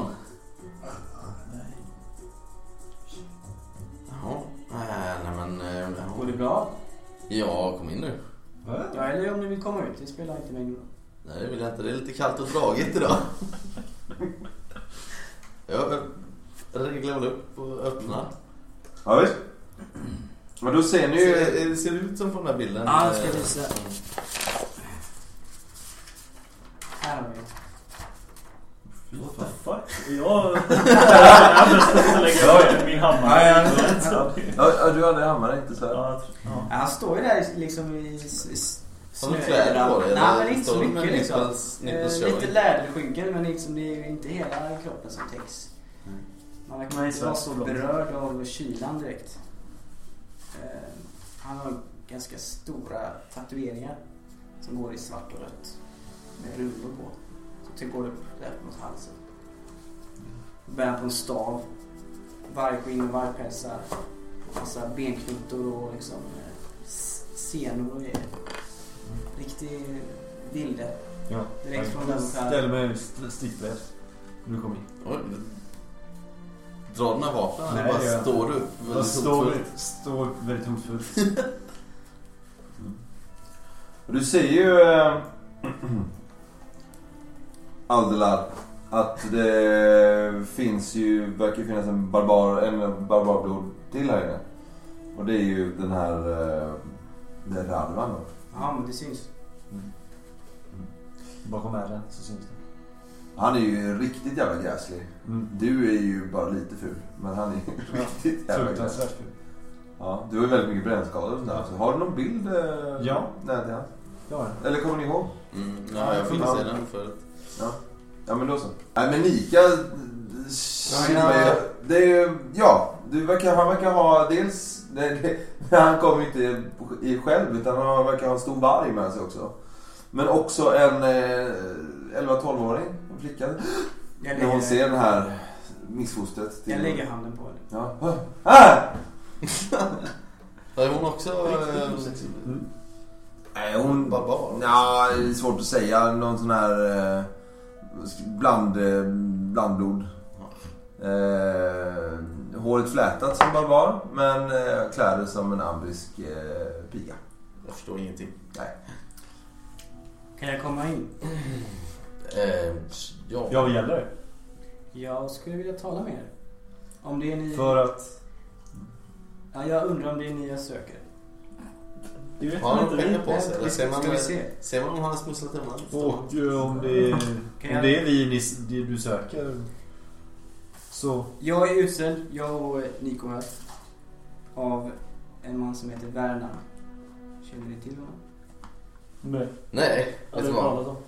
Jaha. Nej, nej men... Ja. Går det bra? Ja, kom in nu. Ja, eller om ni vill komma ut. Det spelar inte mig någon. Nej, det vill jag inte. Det är lite kallt och dragigt idag. Jag reglar väl upp och öppnar. Ja, visst. Men då ser ni ju... Ser, det ser ut som på den här bilden. Ja, jag ska visa. Här har vi. What the fuck? Jag... Jag måste lägga min hammare. Ja, du hade hammare, inte så här. Ja, ja. Han står ju där liksom i Har du kläder på dig? Nej, men inte så mycket liksom. Nipples, nipples eh, lite läderskynken, men liksom det är ju inte hela kroppen som täcks. Mm. Man verkar Nej, inte så vara så så berörd av kylan direkt. Eh, han har ganska stora tatueringar som går i svart och rött med rulor på. Så det går upp där mot halsen. Bär på en stav, vargskinn och vargpälsar, massa benknuttor och liksom eh, senor och grejer. Riktig vilde. Ja. Direkt från den här. Ställ mig stickbräd. Nu kommer in. Oj. drar dina vapen? Nej, Eller bara jag, står du upp väldigt står, hotfullt? Står väldigt hotfullt. mm. Du ser ju äh, Aldelar att det finns ju, verkar finnas en barbar, en barbarblod till här inne. Och det är ju den här äh, det är Radvan då. Ja, men det syns. Mm. Mm. Bakom ärren så syns det. Han är ju riktigt jävla gräslig. Mm. Du är ju bara lite ful. Men han är ju ja, riktigt jävla gräslig. Ja, du har ju väldigt mycket brännskador och sådär. Så har du någon bild eh, ja. nära till han? Ja. Eller kommer ni ihåg? Mm, ja, jag fick se den förut. Ja. Ja, men då så. Nej, men Nika... Ja, ja. Det är ju... Ja, du verkar, han verkar ha dels... Det, det, han kommer ju inte i själv, utan han verkar ha en stor varg med sig också. Men också en eh, elva-tolv-åring, en flicka. Lägger, när hon ser den här missfostret. Till jag lägger handen på henne. Ja. Ah! Är hon också... Mm. Nej, hon... Barbar? Ja, det är svårt att säga. Någon sån här... Eh, bland, eh, blandblod. Eh, håret flätat som barbar, men eh, kläder som en ambrisk eh, piga. Jag förstår ingenting. Nej. Kan jag komma in? Eh, ja. Ja, vad gäller det? Jag skulle vilja tala med er. Om det är ni... För att... Ja, jag undrar om det är ni jag söker. Du vet har han inte pengar det. på sig? Eller ser man, ska vi se? ser man om han har smusslat hemma? Och uh, om det är, om det är vi ni, du söker så... Jag är utsänd, jag och Nico här, av en man som heter Verna. Känner ni till honom? Nej. Nej, vet du vad?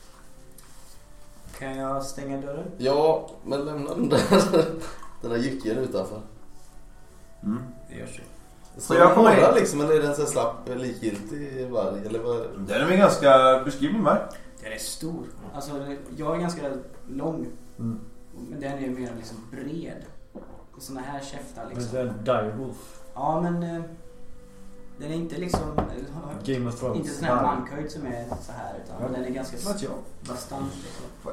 Kan jag stänga dörren? Ja, men lämna den där, den där jycken utanför. Mm. Det görs så. Så jag kommer liksom, eller är den så här slapp likgiltig varg, eller vad? Den är en ganska beskrivning varg. Den är stor. Alltså, jag är ganska lång. Mm. Men den är mer liksom bred. Såna här käftar liksom. Men det är en direwolf. Ja, men eh, den är inte liksom Game of Thrones. inte sån här mankhöjd som är så här, utan ja. Den är ganska bastant liksom.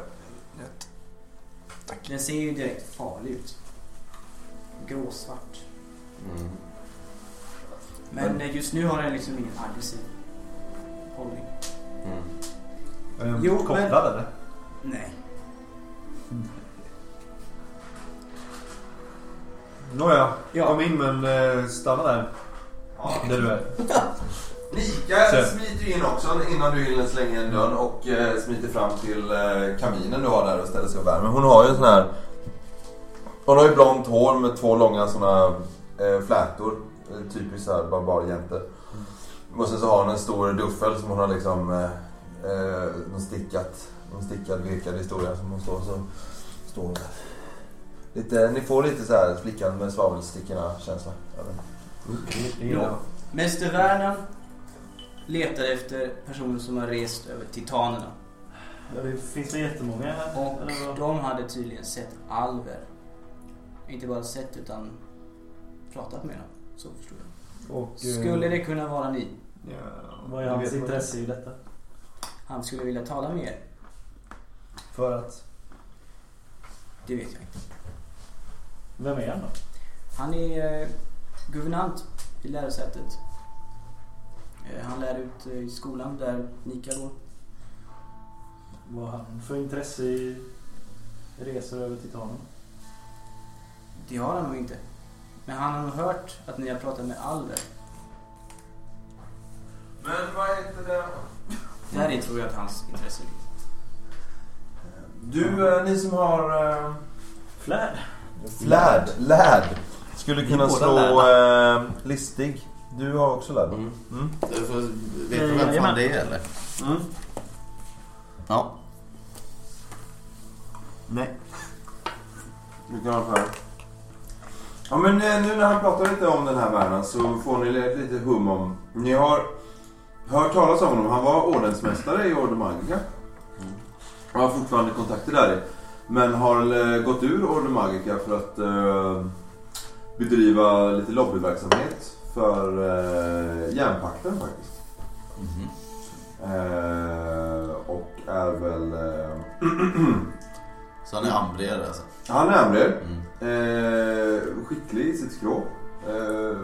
Den ser ju direkt farlig ut. Gråsvart. Mm. Men eh, just nu har den liksom ingen aggressiv hållning. Mm. Um, Jo, kopplad men... eller? Nej. Mm. Nåja, Ja. kom in men uh, stanna där. Ja. Där du är. Nika Så. smiter in också innan du hinner slänga in dörren och eh, smiter fram till eh, kaminen du har där och ställer sig och värmer. Hon har ju en sån här... Hon har ju blont hår med två långa såna eh, flätor. Typiskt såhär barbarjäntor. Mm. Och sen så har hon en stor duffel som hon har liksom eh, eh, stickat. En stickad, virkad historia som hon står så står hon där. Lite, ni får lite så här flickan med svavelstickorna känsla. Mm. Ja. Mäster Vernan letar efter personer som har rest över titanerna. Ja, det finns det jättemånga här. Och de hade tydligen sett alver. Inte bara sett utan pratat med dem. Så förstår jag. Och, skulle det kunna vara ni? Ja, vad är hans intresse i detta? Han skulle vilja tala med er. För att? Det vet jag inte. Vem är han då? Han är eh, guvernant i lärosätet. Eh, han lär ut eh, i skolan där Nika går. Vad har han för intresse i resor över titanen? Det har han nog inte. Men han har nog hört att ni har pratat med alver. Men vad heter det? Där är tror jag att hans intresse ligger. Du, eh, ni som har... Eh, Flärd. Flärd, lärd. Skulle kunna slå eh, listig. Du har också lärd. Mm. Mm. Du får veta vem fan det är, eller? Mm. Ja. Nej. Du kan ha för. Ja, men eh, nu när han pratar lite om den här världen så får ni lite hum om... Ni har hört talas om honom. Han var ordensmästare i Order Magica. Mm. Han har fortfarande kontakter där i. Men har eh, gått ur Order Magica för att eh, bedriva lite lobbyverksamhet för eh, järnpakten faktiskt. Mm-hmm. Eh, och är väl... Eh, Så han är ambrier alltså? Han är ambrier. Mm. Eh, skicklig i sitt skrå. Eh,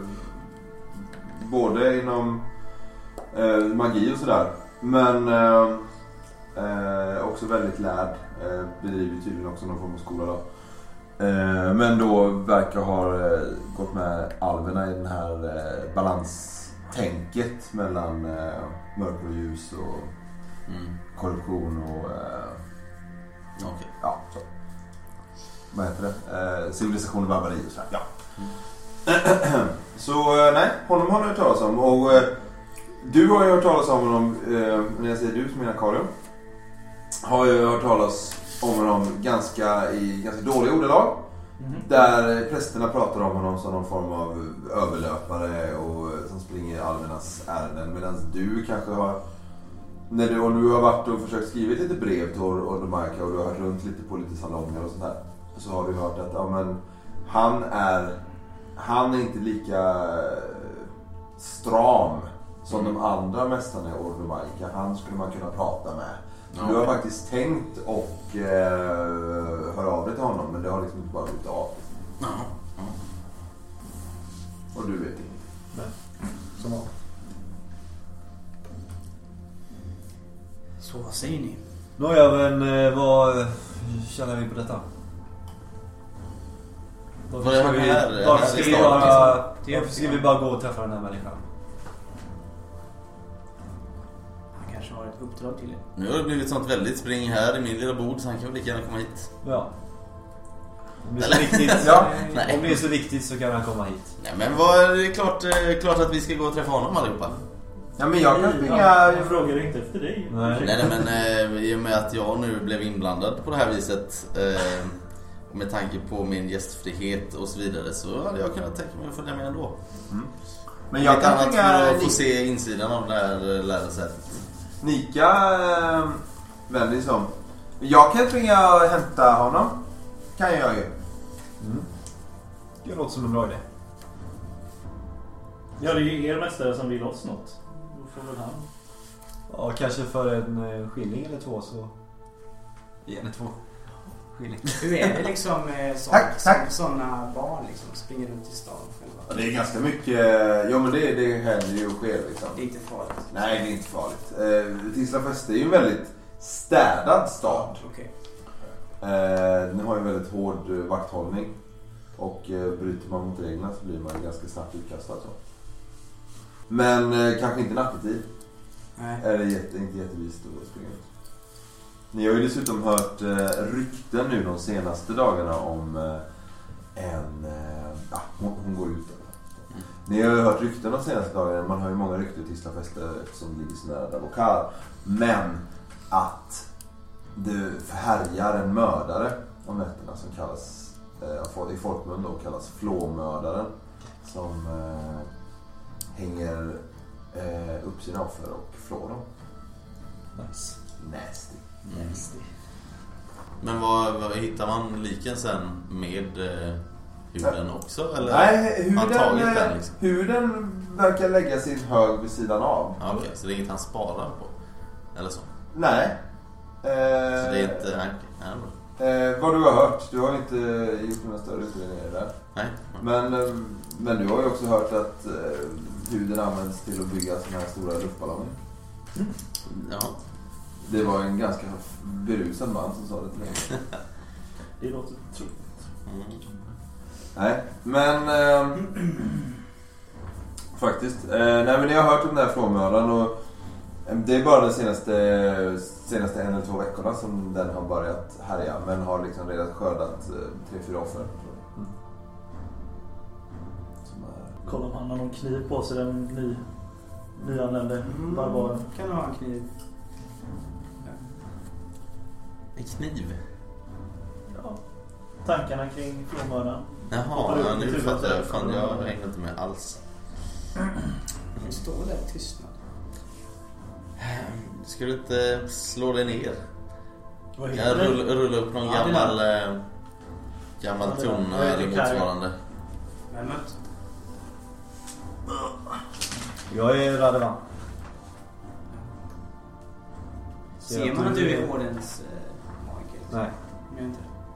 både inom eh, magi och sådär. Men eh, eh, också väldigt lärd. Eh, bedriver tydligen också någon form av skola då. Eh, men då verkar ha eh, gått med alverna i den här eh, balanstänket mellan eh, mörker och ljus och mm. korruption och eh, okay. ja, så. Vad heter det? Eh, civilisation och barbari och så här. Ja. Mm. Så eh, nej, honom har du hört talas om. Och eh, du har ju hört talas om honom, eh, när jag säger du som menar Karin, har ju hört talas om honom ganska i ganska dåliga ordalag. Mm. Där prästerna pratar om honom som någon form av överlöpare och som springer alvernas ärenden, medan du kanske har, när du, och du har varit och försökt skriva lite brev till Ordomarka och du har hört runt lite på lite salonger och sånt här, så har du hört att ja, men han är han är inte lika stram som mm. de andra mästarna i Ordomarka. Han skulle man kunna prata med. Ja, du har okay. faktiskt tänkt och eh, höra av dig till honom, men det har liksom inte bara blivit av. Ja. Ja. Och du vet inte. Nej. Som var. Så vad säger ni? Nåja, men vad känner vi på detta? Varför ska vi, här, varför ska vi, bara, varför ska vi bara gå och träffa den här människan? Han kanske har ett uppdrag till er. Nu har det blivit sånt väldigt spring här i min lilla bod, så han kan väl lika gärna komma hit. Ja. Om det är så viktigt, ja. Om det är så viktigt så kan han komma hit. Nej, men vad, det är klart, klart att vi ska gå och träffa honom allihopa. Ja, men jag kan springa... Ja, jag frågar inte efter dig. Nej, nej, men eh, i och med att jag nu blev inblandad på det här viset, eh, med tanke på min gästfrihet och så vidare, så hade jag kunnat tänka mig att följa med ändå. Mm. Men jag kan annat för att få se insidan av det här lärosätet. Nika äh, väldigt som. Jag kan springa och hämta honom. Kan jag ju. Mm. Det låter som en bra idé. Ja, det är ju er mästare som vill oss något. Då får väl han. Ja, kanske för en skilling eller två så... Ge henne två skilling. Hur är det liksom med så, tack, tack. sådana barn liksom springer runt i stan själva? Ja, det är ganska mycket... Ja, men det, det händer ju och sker liksom. Det är inte farligt. Nej, det är inte farligt. Eh, Tislafest är ju en väldigt städad stad. Okay. Eh, den har ju en väldigt hård vakthållning. Och eh, bryter man mot reglerna så blir man ganska snabbt utkastad. Så. Men eh, kanske inte nattetid. Nej. Är det jätte, inte jättevist att springa ut. Ni har ju dessutom hört eh, rykten nu de senaste dagarna om eh, en... Eh, ja, hon, hon går ut. Mm. Ni har ju hört rykten de senaste dagarna. Man har ju många rykten till Tislafester eftersom det ligger så nära Davokar. Men att det härjar en mördare om nätterna som kallas, eh, i folkmun då kallas flåmördaren. Som eh, hänger eh, upp sina offer och flår dem. Nice. Nasty. Mm. Nasty. Men vad, vad hittar man liken sen med eh, huden ja. också? Eller? Nej, huden, den, liksom? huden verkar lägga sin hög vid sidan av. Ja, okej, okay. Så det är inget han sparar på? Eller så? Nej. Eh, så det är inte... Nej, nej, eh, vad du har hört. Du har inte gjort några större utredningar där. Nej. Men, eh, men du har ju också hört att eh, huden används till att bygga såna här stora luftballonger. Mm. Ja. Det var en ganska berusad man som sa det till mig. Det låter troligt. Mm. Nej, men eh, faktiskt. Eh, nej, men jag har hört om den här flåmördaren och eh, det är bara de senaste, senaste en eller två veckorna som den har börjat härja, men har liksom redan skördat eh, tre, fyra offer. Mm. Är... Kolla om han har någon kniv på sig, den ny, nyanlände mm. barbaren. Kan ha en kniv. En kniv? Ja. Tankarna kring flåmördaren. Jaha, ja, nu fattar jag. Fan, jag hänger inte med alls. Det står där tystnad. Ska du inte slå dig ner? Vad jag rulla, rulla upp någon ja, gammal äh, gammal tona eller motsvarande. Vem möt? Jag är Radovan. Ser man att du är ordens äh, magiker? Nej. Jag inte.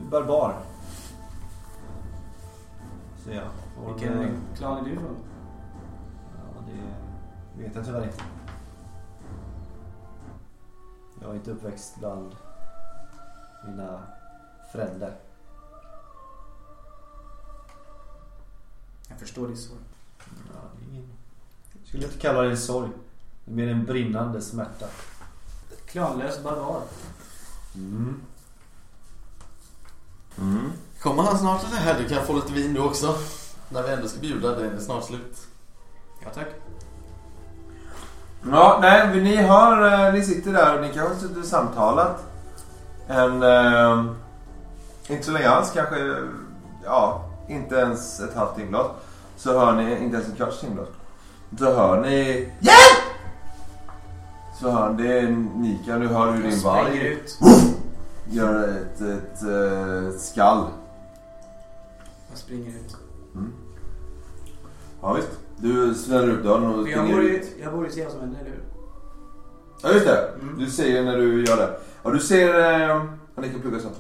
barbar. Så ja. Och Vilken eh, klan är du ifrån? Ja, det vet jag tyvärr inte. Jag är inte uppväxt bland mina föräldrar. Jag förstår din sorg. Ja, det är ingen... Jag skulle inte kalla det en sorg. Det är mer en brinnande smärta. Klanlös barbar. Mm. Mm. Kommer han snart eller här? Du kan få lite vin du också. När vi ändå ska bjuda, det är snart slut. Ja, tack. Ja, nej, ni har, ni sitter där och ni kanske har suttit och samtalat. En, eh, inte så länge alls, kanske, ja, inte ens ett halvt timglas. Så hör ni, inte ens ett kvarts timglas. Så hör ni, hjälp! Så hör ni Nika, du hör hur din varg ut. gör ett, ett, ett skall. Jag springer ut. Mm. Ja visst, du smäller upp dörren och Jag springer bor, ut. i, jag bor i Seas som eller hur? Ja just det, Mm. du ser när du gör det. Ja du ser, eh, han kan plugga så.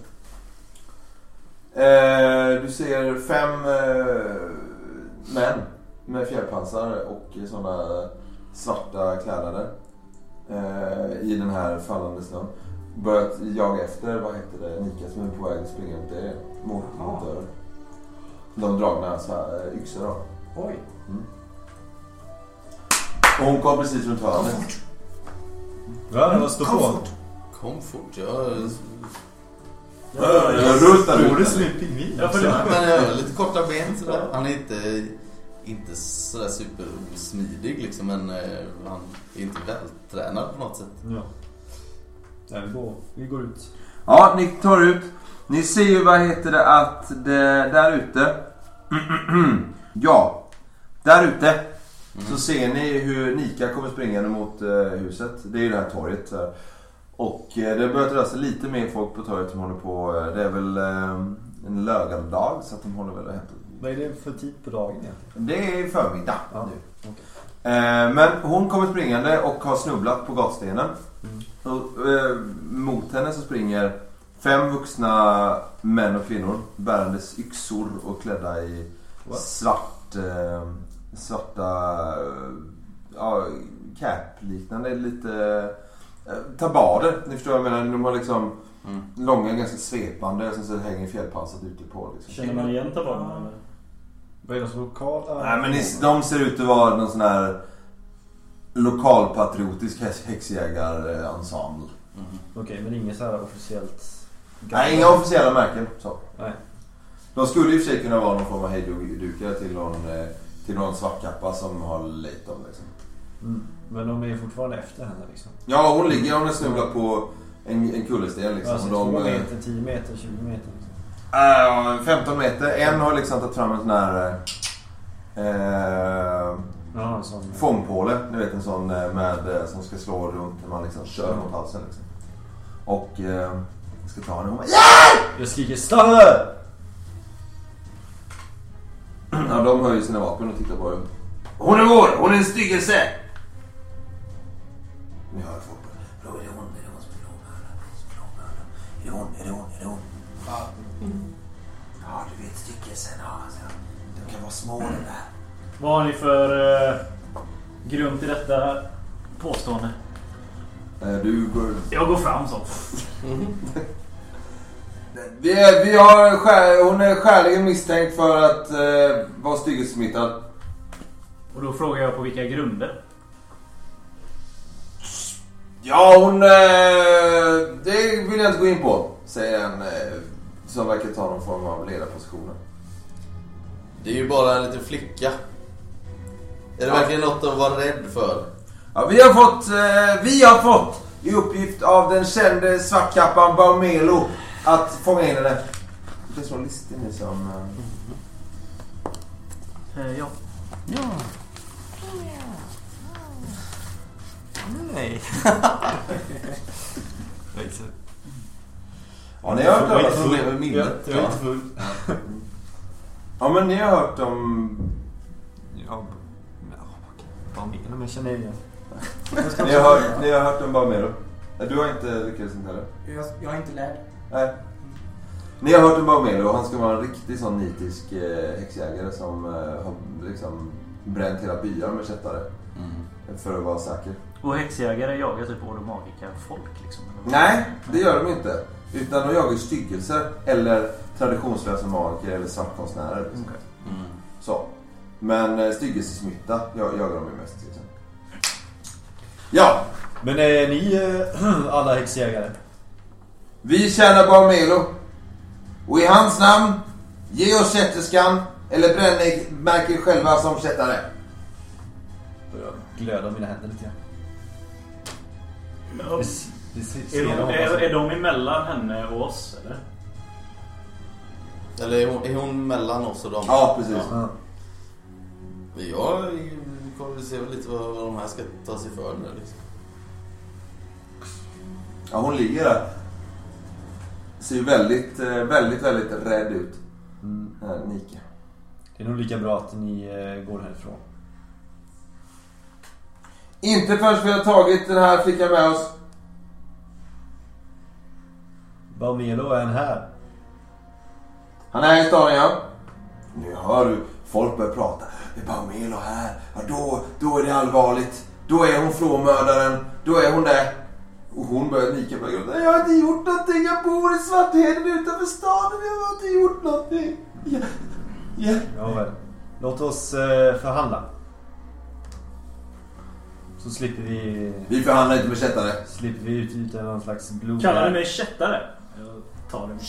Eh, du ser fem eh, män med fjällpansar och sådana svarta kläder eh, i den här fallande snön. Börjat jaga efter, vad heter det, Nika som är på väg att springa mot det, mot, mot dörren. De dragna så här, yxor då. Oj. Mm. Och hon kom precis runt hörnet. Ja, det var stå på. Kom fort, jag... Ja, jag rullar ut. Borde som en pingvin. Jag följer med. Men jag har lite korta ben sådär. Han är inte, inte sådär supersmidig liksom, men eh, han är inte vältränad på något sätt. Ja. Nej, vi går, vi går ut. Ja, ni tar ut. Ni ser ju, vad heter det, att det där ute. Ja, där ute mm. så ser ni hur Nika kommer springande mot uh, huset. Det är ju det här torget. Så. Och uh, det börjar röra sig lite mer folk på torget som håller på. Uh, det är väl uh, en lördag så att de håller väl och hämtar. Vad är det för tid på dagen egentligen? Det är förmiddag ja. nu. Okay. Uh, men hon kommer springande och har snubblat på gatstenen. Mm. Och, uh, mot henne så springer fem vuxna män och kvinnor bärandes yxor och klädda i What? svart eh, svarta eh, ja, cap-liknande lite eh, tabader, ni förstår vad jag menar, de har liksom mm. långa, ganska svepande som så hänger fjällpansat ute på liksom. Känner man igen tabaderna eller? Vad är det som lokala? Nej men ni, de ser ut att vara någon sån här lokalpatriotisk häxjägarensemble. Mm. Okej, okay, men inget så här officiellt. Nej, inga officiella märken så. Nej. De skulle i och för sig kunna vara någon form av hejdukare till någon, till någon svartkappa som har lejt dem liksom. Mm. Men de är fortfarande efter henne liksom. Ja, hon ligger hon är snubblat på en, en kullersten liksom. Alltså de, två meter, tio meter, tjugo meter liksom. Äh, femton meter. En har liksom tagit fram en sån här eh, ja, en sån fångpåle, ni vet en sån med som ska slå runt när man liksom kör mot halsen liksom. Och eh, ska ta henne och hon bara, yeah! Jag skriker stanna! Ja, de höjer sina vapen och tittar på dem. Hon är vår! Hon är en styggelse! Ni hör folk på. Är det hon? Är det hon som är långmördad? Är det hon? Är det hon? Är det hon? Ja, ja du vet styggelsen. Ja, alltså, de kan vara små den där. Vad har ni för eh, grund till detta påstående? Eh, du går... Jag går fram så. Vi, är, vi har skär, hon är skäligen misstänkt för att eh, vara styggelsesmittad. Och då frågar jag på vilka grunder? Ja, hon... Eh, det vill jag inte gå in på, säger en eh, som verkar ta någon form av ledarpositioner. Det är ju bara en liten flicka. Är det ja. verkligen något att vara rädd för? Ja, vi har fått... Eh, vi har fått i uppgift av den kände svartkappan Baumelo att fånga in henne. Det är så listan är som... Eh... Eh, ja. Ja. Nej. Ja, ni har hört om... om... Problem med minnet. Jag är inte full. Ja, men ni har hört om... Ja, Baumelo, men känner jag igen. Ni har hört, ni har hört om Baumelo. Du har inte lyckats inte heller? Jag, jag har inte lärt. Nej. Ni har hört om Baumelo och han ska vara en riktig sån nitisk eh, häxjägare som eh, har liksom bränt hela byar med kättare. Mm. För att vara säker. Och häxjägare jagar typ ordomagika folk liksom? Nej, det gör de inte. Utan de jagar styggelser eller traditionslösa magiker eller svartkonstnärer. Liksom. Okay. Mm. Så. Men eh, styggelsesmitta jagar de ju mest. Liksom. Ja! Men är ni eh, alla häxjägare? Vi tjänar Baumelo. Och i hans namn, ge oss kätterskan eller brännmärker själva som kättare. Jag glöder mina händer lite grann. Ja. Vi, vi är, de, är, är de emellan henne och oss, eller? Eller är hon, är hon mellan oss och dem? Ja, precis. Ja. Jag kommer se lite vad, vad de här ska ta sig för nu liksom. Ja, hon ligger där. Ser ju väldigt, väldigt, väldigt rädd ut. Mm. Här, Nike. Det är nog lika bra att ni går härifrån. Inte förrän vi har tagit den här flickan med oss. Baumelo är en här. Han är här i staden, ja. Nu hör du folk börjar prata. Det är Baumelo här. Ja, då, då är det allvarligt. Då är hon flåmördaren. Då är hon där. Och hon börjar nika på grunden. Jag har inte gjort någonting. Jag bor i Svartheden utanför staden. Jag har inte gjort någonting. Ja, ja. Ja, väl. Låt oss eh, förhandla. Så slipper vi... Vi förhandlar inte med kättare. Slipper vi ut utan någon slags blod. Kallar du mig kättare? Jag tar det.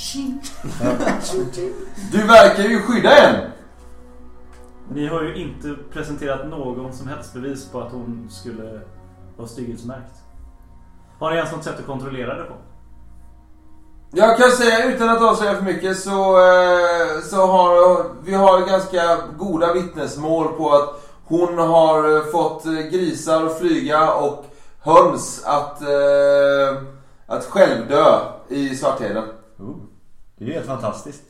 Du verkar ju skydda en. Ni har ju inte presenterat någon som helst bevis på att hon skulle vara styggelsmärkt. Har ni ens något sätt att kontrollera det på? Jag kan säga utan att avslöja för mycket så, så har vi har ganska goda vittnesmål på att hon har fått grisar att flyga och höns att, att själv dö i Svartheden. Oh, det är ju helt fantastiskt.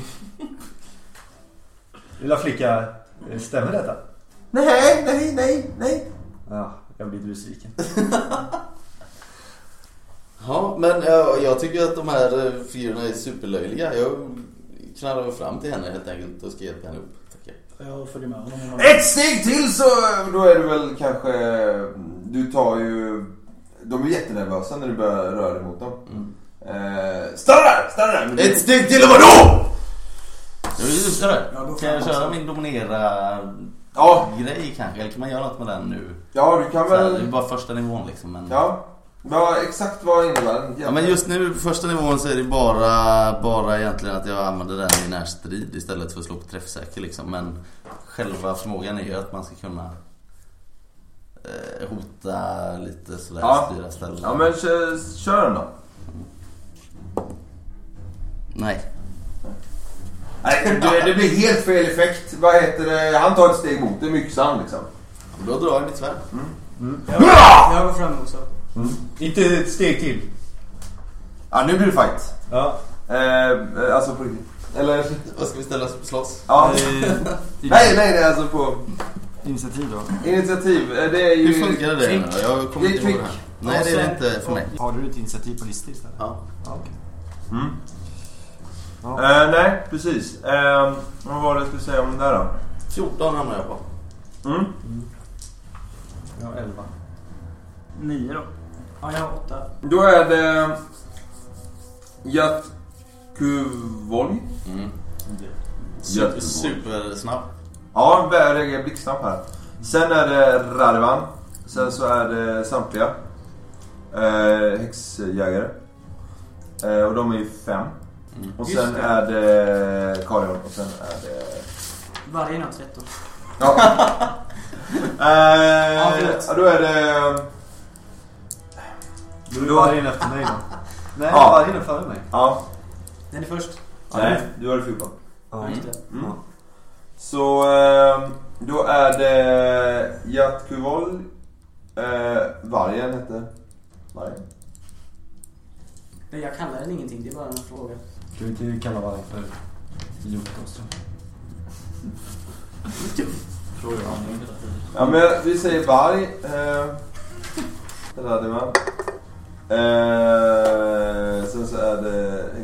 Lilla flicka, stämmer detta? Nej, nej, nej, nej. Ja, jag blir besviken. Ja, men jag, jag tycker att de här figurerna är superlöjliga. Jag knallar fram till henne helt enkelt och ska hjälpa henne upp. Jag följer med honom. Ett steg till så då är du väl kanske... Du tar ju... De är jättenervösa när du börjar röra dig mot dem. Mm. Eh, stanna där! Stanna där! Men ett steg till och vadå? Just det. Ja, kan jag köra min dominera ja. grej kanske? Eller kan man göra något med den nu? Ja, du kan väl... Det är bara första nivån liksom. Men... Ja. Ja, exakt vad innebär den? Ja, men just nu, första nivån så är det bara, bara egentligen att jag använder den i närstrid istället för att slå på träffsäker liksom. Men själva förmågan är ju att man ska kunna eh, hota lite sådär, ja. styra ställen. Ja, men kör, kör den då. Nej. Nej, det, det blir helt fel effekt. Vad heter det? Han tar ett steg mot det, mycket sant liksom. Ja, då drar jag mitt svärd. Mm. Mm. Jag, jag går fram också. Mm. Inte ett steg till. Ja, nu blir det fight. Ja. Eh, alltså på riktigt. Eller... Vad ska vi ställa oss på slåss? Ja. nej, nej, nej, alltså på... Initiativ då? Initiativ, det är ju... Hur funkar det klick. nu? Jag kommer inte ihåg det här. Nej, det är det inte för mig. Har du ett initiativ på listan istället? Ja. Ja, okej. Okay. Mm. Ja. Eh, nej, precis. Eh, vad var det jag skulle säga om det där då? fjorton hamnar jag på. Mm. Mm. Ja, elva. nio då. Ja, jag har åtta. Då är det Jatkuvoj. Mm. Super, supersnabb. Ja, jag är blixtsnabb här. Sen är det Radvan. Sen så är det samtliga eh, häxjägare. Eh, och de är ju fem. Mm. Och sen det. Är det Karion. Och sen är det... Varje natt tretton. Ja. eh, ja, då är det... Du är varje efter mig då. Nej, ja. Varje före mig. Ja. Den är först. Nej, du har det fjorton. Ja, just det. Mm. Mm. Så då är det Jatkuvol. Eh, vargen heter vargen. Men jag kallar den ingenting, det är bara en fråga. Ska vi inte kalla vargen för Jottos? Frågar han. Ja, men vi säger varg. Eh, det hade man. Eh, sen så är det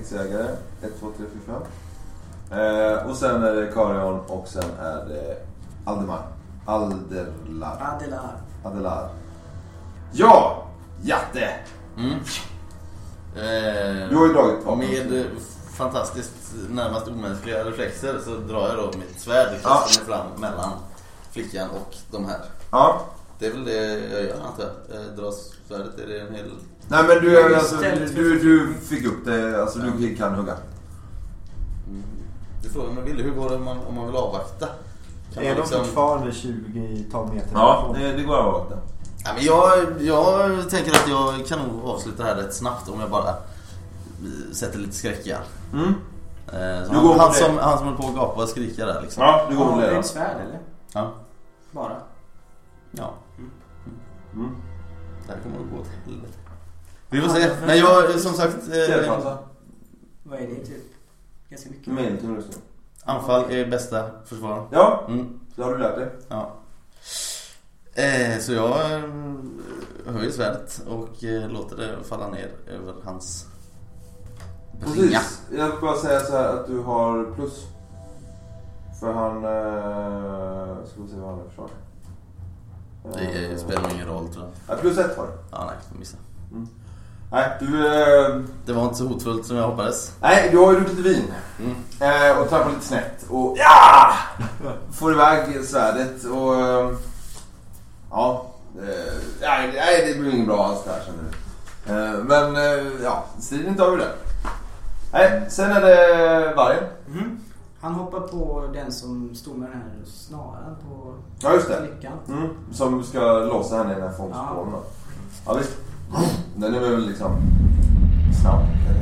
häxjägare. ett, två, tre, fyra, fem. Eh, och sen är det Karion och sen är det Aldemar. Aldelar. Adelar. Adelar. Ja! Jatte! Mm. Eh, Du har ju dragit vapen. med fantastiskt närmast omänskliga reflexer så drar jag då mitt svärd och Ja. kastar mig fram mellan flickan och de här. Ja. Det är väl det jag gör, antar jag. Eh, drar svärdet, är det en hel... Nej men du, alltså, du, du, du fick upp det, alltså du kan hugga. Mm. Du frågar om man vill, hur går det om man, om man vill avvakta? Kan Är man de liksom... fortfarande tjugo meter? Ja, det, det går att avvakta. Ja, men jag, jag tänker att jag kan nog avsluta här rätt snabbt om jag bara sätter lite skräck igen. Mm. Eh, så Du han, går han, det. som, han som är på att gapa och skrika där liksom. Ja, du går Har med du det. ett svärd eller? Ja. Bara? Ja. Mm. Det här kommer att gå åt helvete. Vi får se. Nej, jag som sagt... Eh, Fjällpassa. Vad är det typ? Ganska mycket. Med till rustning. anfall är bästa försvar. Ja, Mm. det har du lärt dig. Ja. Eh, så jag eh, höjer svärdet och eh, låter det falla ner över hans bringa. Precis. Jag vill bara säga så här att du har plus. För han... Eh, ska vi se vad han har försvar. Det eh, spelar ingen roll, tror jag. Ja, plus ett har du. Ja, nej, jag missade. Mm. Nej, du... Eh, Det var inte så hotfullt som jag hoppades. nej, du har ju druckit lite vin. Mm. Eh, och trampar lite snett. Och ja! Får iväg svärdet och... Eh, ja. Eh, nej, nej, det blir ingen bra alls där, känner du. Eh, men eh, ja, striden tar vi det. Nej, sen är det vargen. Mm. Han hoppar på den som stod med den här snaran på Ja, just det. flickan. Mm, som ska låsa henne i den här fångstspåren. Ja. ja, visst. Den är väl liksom snabb.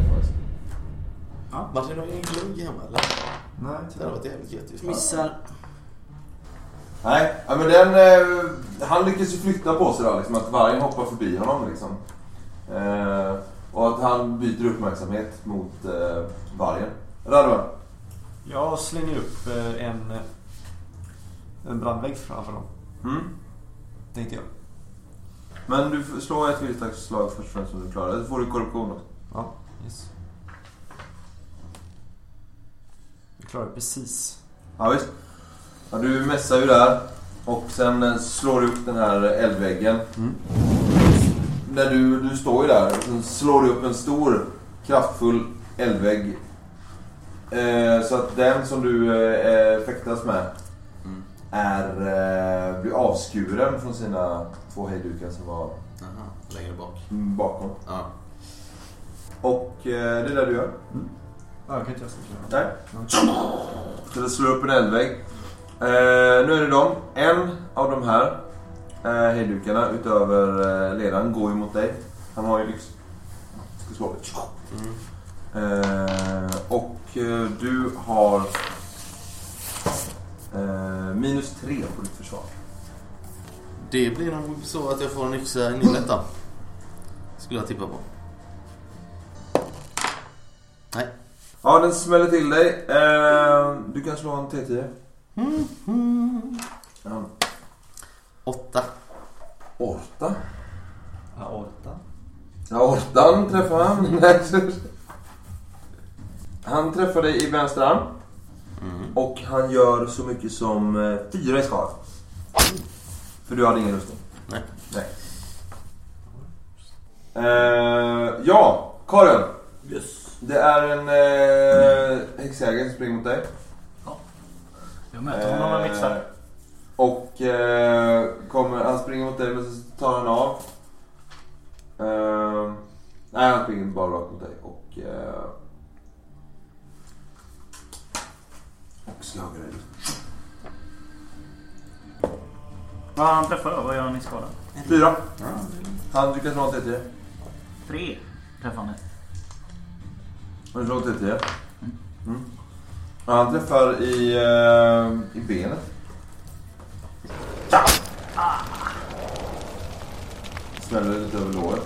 Ja. Martin, har ingen glögg hemma, eller? Nej, Det hade varit jävligt gött. Missar. Nej, ja, men den... Eh, han lyckas ju flytta på sig då, liksom. Att vargen hoppar förbi honom, liksom. Eh, och att han byter uppmärksamhet mot eh, vargen. Radvan. jag slänger upp eh, en, en brandvägg framför dem, Mm. tänkte jag. Men du får slå ett viltaxslag först och främst som du klarar. Då får du korruption också. Ja, yes. Jag klarar det precis. Ja, visst. Ja, du mässar ju där. Och sen eh, slår du upp den här eldväggen. Mm. När du, du står ju där och sen slår du upp en stor, kraftfull eldvägg. Eh, så att den som du eh, fäktas med Mm. är, eh, blir avskuren från sina två hejdukar som var Aha, längre bak. bakom. Ja. Och eh, det är det du gör. Ja, jag kan inte göra så. Nej. Så det slår upp en eldvägg. Eh, nu är det dem. En av de här eh, hejdukarna utöver eh, ledaren går ju mot dig. Han har ju liksom... Ska slå det. Mm. Eh, och eh, du har eh, minus tre på ditt försvar. Det blir nog så att jag får en yxa i nyllet då. Skulle jag tippa på. Nej. Ja, den smäller till dig. Eh, du kan slå en T tio. Mm. Mm. Ja. Åtta. Åtta. Ja, åtta. Ja, åttan träffar han. Han träffar dig i vänster arm. Mm. Och han gör så mycket som eh, fyra i skada. För du hade ingen rustning. Nej. Nej. Eh, ja, Karin. Yes. Det är en eh, häxjägare som springer mot dig. Jag möter honom med mitt svärd. Och eh, kommer, han springer mot dig men så tar han av. Eh, nej, han springer bara rakt mot dig. Och, eh, och ska hugga dig. Ja, han träffar då. Vad gör han i skada? Fyra. Ja. Han lyckas slå T tio. Tre träffar han. Har du slagit T tio? Mm. Ja, han träffar i, eh, i benet. Ah. Smäller lite över låret.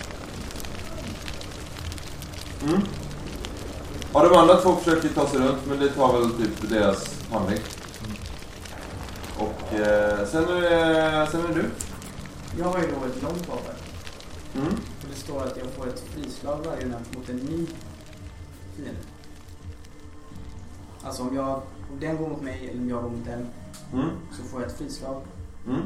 Mm. Ja, de andra två försöker ta sig runt, men det tar väl typ deras handling. Och eh, sen, är det, sen är det du. Jag har ju då ett långt vapen. Mm. Och det står att jag får ett frislag varje natt mot en ny fienden. Alltså om jag om den går mot mig eller om jag går mot den Mm. så får jag ett frislag. Mm.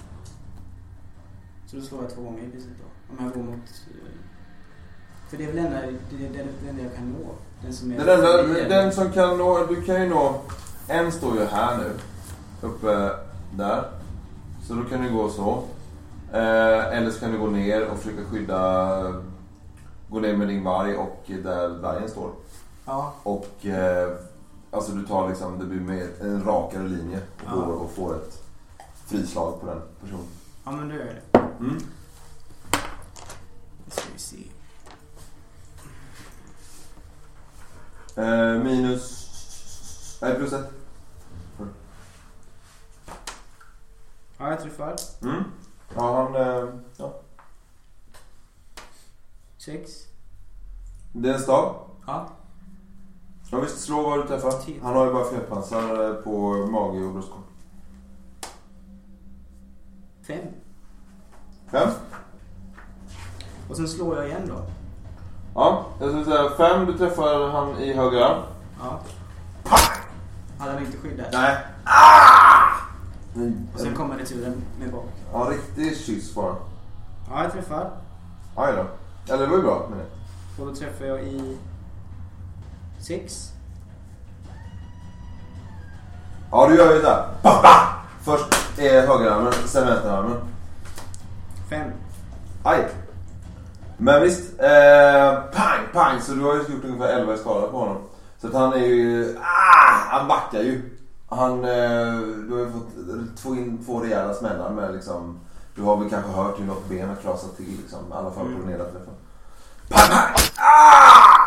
Så då slår jag två gånger i princip då. Om jag går mot... För det är väl den där, det är den enda jag kan nå. Den som är... Den, enda, den som kan nå... Du kan ju nå... En står ju här nu. Uppe där. Så då kan du gå så. Eh, eller så kan du gå ner och försöka skydda... Gå ner med din varg och där vargen står. Ja. Och... Eh, alltså du tar liksom... Det blir med en rakare linje. Och Ja. går och får ett frislag på den personen. Ja, men då gör jag det. Mm. Då ska vi se. Eh, minus... Nej, plus ett. Ja, jag träffar. Mm. Ja, han... Eh, ja. Sex. Det är en stav. Ja. Ja, visst, slå vad du träffar. Han har ju bara felpansar på mage och bröstkorg. Fem. Fem. Och sen slår jag igen då. Ja, jag skulle säga fem. Du träffar han i höger arm. Ja. Hade han inte skyddat? Nej. Ah! Och sen kommer returen med bak. Ja, riktig kyss bara. Ja, jag träffar. Aj då. Eller det var ju bra med det. Och då träffar jag i... Sex. Ja, du gör ju det. Bah, bah! Först är högerarmen, sen vänsterarmen. Fem. Aj. Men visst, eh, pang, pang. Så du har ju gjort ungefär elva skada på honom. Så att han är ju, ah, han backar ju. Han, eh, du har ju fått två, in, två rejäla smällar med liksom, du har väl kanske hört hur något ben har krasat till liksom, i alla fall på den nedre träffen. Pang, pang, ah!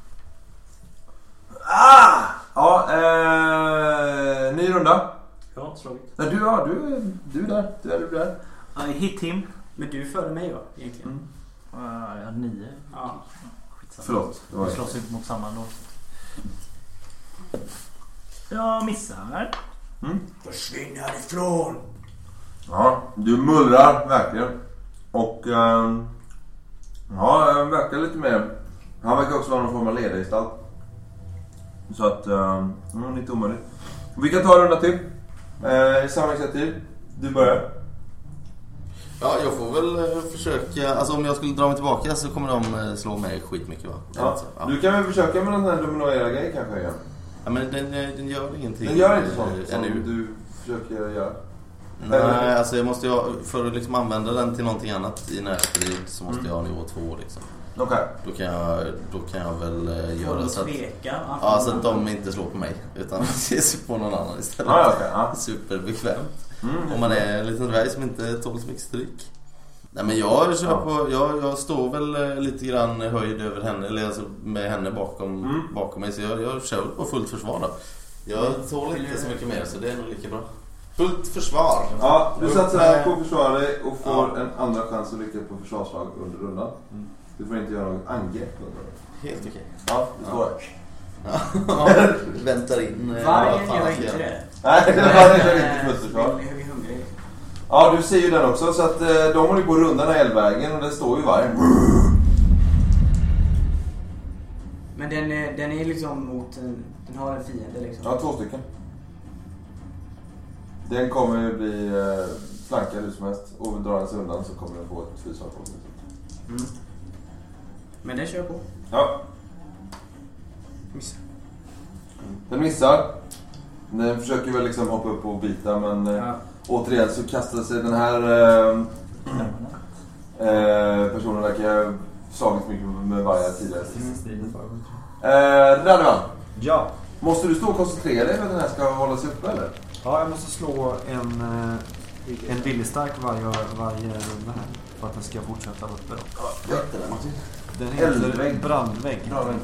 Ah! Ja, eh, ny runda. Ja, slagit. Nej, du, ja, du, du är där, du är där. I hit him. Men du är före mig va, egentligen? Mm. Uh, jag hade nio. Ja. Skitsamma. Förlåt. Det var Vi slåss inte mot samma då. Jag missar. Mm. Försvinn härifrån! Ja, du mullrar verkligen. Och um, ja, han verkar lite mer. Han verkar också vara någon form av ledargestalt. Så att, um, mm, lite omöjligt. Vi kan ta en runda till. Eh, samma initiativ. Du börjar. Ja, jag får väl eh, försöka. Alltså om jag skulle dra mig tillbaka så kommer de eh, slå mig skitmycket va? Ja. Så, ja. Du kan väl försöka med den här dominera grej kanske igen. Ja, men den, eh, den gör ingenting. Den gör inte eh, sånt som ännu. du försöker göra. Nej, alltså jag måste ju, för att liksom använda den till någonting annat i närstrid så måste Mm. jag ha nivå två liksom. Okej. Okay. Då kan jag, då kan jag väl eh, göra så att, tveka, ja, så att de inte slår på mig utan ser sig på någon annan istället. Ah, okay, ah. Superbekvämt. Mm. Om man är en liten dvärg som inte tål så mycket stryk. Nej, men jag kör på, jag, jag står väl eh, lite grann höjd över henne, eller alltså med henne bakom, Mm. bakom mig, så jag, jag kör på fullt försvar då. Jag tål inte så mycket mer så det är nog lika bra. Fullt försvar. Ja, du satsar Nej. på att försvara dig och får Ja. en andra chans att lyckas på försvarslag under rundan. Mm. Du får inte göra något angrepp under rundan. Helt okej. Ja, det står Ja. Ja, väntar in. eh, Vargen vad fan gör jag ska inte göra. det. Nej, det var inte riktigt mönsterslag. Vi är hungriga. Ja, du ser ju den också. Så att eh, de håller på rundan i älvvägen och det står ju vargen. Men den är, den är liksom mot en, den har en fiende liksom. Ja, två stycken. Den kommer ju bli eh, flankad hur som helst. Och drar den sig undan så kommer den få ett frislag på sig. Mm. Men den kör på. Ja, Missa. den missar. Den försöker väl liksom hoppa upp och bita men eh, Ja. återigen så kastar sig den här eh, eh, personen verkar ha slagit mycket med varje tidigare. Eh, Radovan, Ja. måste du stå och koncentrera dig för att den här ska hålla sig uppe eller? Ja, jag måste slå en, eh, en viljestark varje, varje runda här. För att den ska fortsätta uppe då. Vad heter det, Martin? Den heter Eldvägg. brandvägg. Bra, vänta.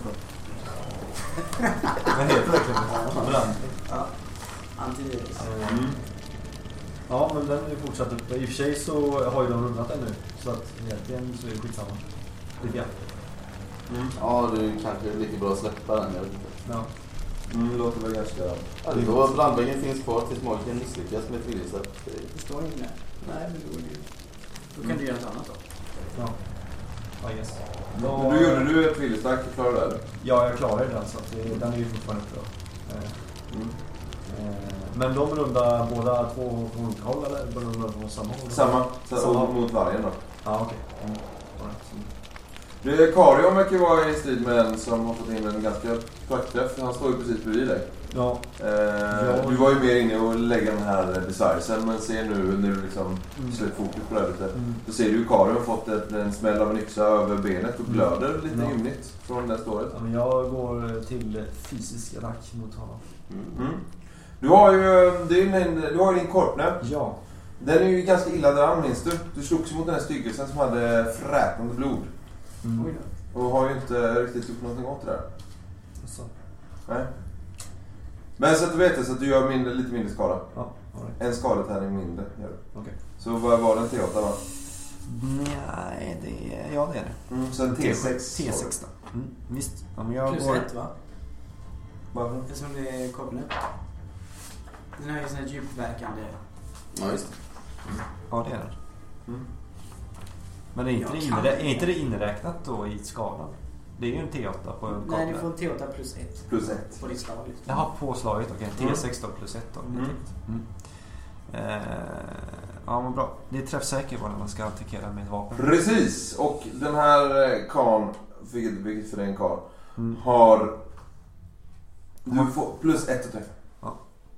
Vad heter det? Brandvägg. Ja. Antivirus. Mm. Ja, men den är ju fortsatt uppe. I och för sig så har ju de rundat den nu. Så att egentligen så är det skitsamma. Lite grann. Mm. Ja, det är kanske lika bra att släppa den, jag vet inte. Ja. Mm, det låter väl ganska... Ja, då brandväggen finns kvar tills magiken misslyckas med ett viljesätt. Det står inte där. Nej, men då är det ju... Då kan du göra något annat då. Ja. Ja, yes. Då... Du gjorde du ett viljestark, klarade du det? Ja, jag klarade den så att det, den är ju fortfarande inte bra. Mm. Men de rundar båda två på olika håll eller båda rundar på samma håll? Samma, så samma. Mot vargen då. Ja, okej. Okay. Mm. Det Karion verkar vara i strid med en som har fått in en ganska praktträff. Han står ju precis bredvid dig. Ja. Eh, ja. Du var ju mer inne och lägga den här besvärjelsen, men ser nu när du liksom mm. släpper fokus på det här lite. Mm. Så ser du ju Karion fått ett, en smäll av en yxa över benet och blöder mm. lite ja. ymnigt från det ståret. Ja, men jag går till fysisk attack mot honom. Mm. Mm. Du har ju det är en, du har ju din korpne. Ja. Den är ju ganska illa dran, minns du? Du slogs mot den här styggelsen som hade frätande blod. Mm. Och har ju inte riktigt gjort någonting åt det där. Så. Nej. Men så att du vet det, så att du gör mindre, lite mindre skada. Ja, right. En skadetärning mindre gör du. Okay. Så vad var den T åtta va? Nej, det är, ja det är det. Mm, så en T sex. T sex då. Mm, visst. Ja, men jag plus går... ett va? Varför? Det som det är kopplat. Den här är sån här djupverkande. Ja, just det. Mm. Ja, det är den. Mm. Men är inte, det inre, är inte det inräknat då i skalan? Det är ju en T åtta på en Nej, du får en T åtta plus ett. Plus ett. På ditt slag. Liksom. Jaha, på slaget. Okej, okay. Mm. T sex då plus ett då. Mm. Mm. Eh, ja, men bra. Det är träffsäkert vad man ska attackera med ett vapen. Precis, och den här karn, vilket, vilket för den karn, mm. har... Du får plus ett att träffa. Ja.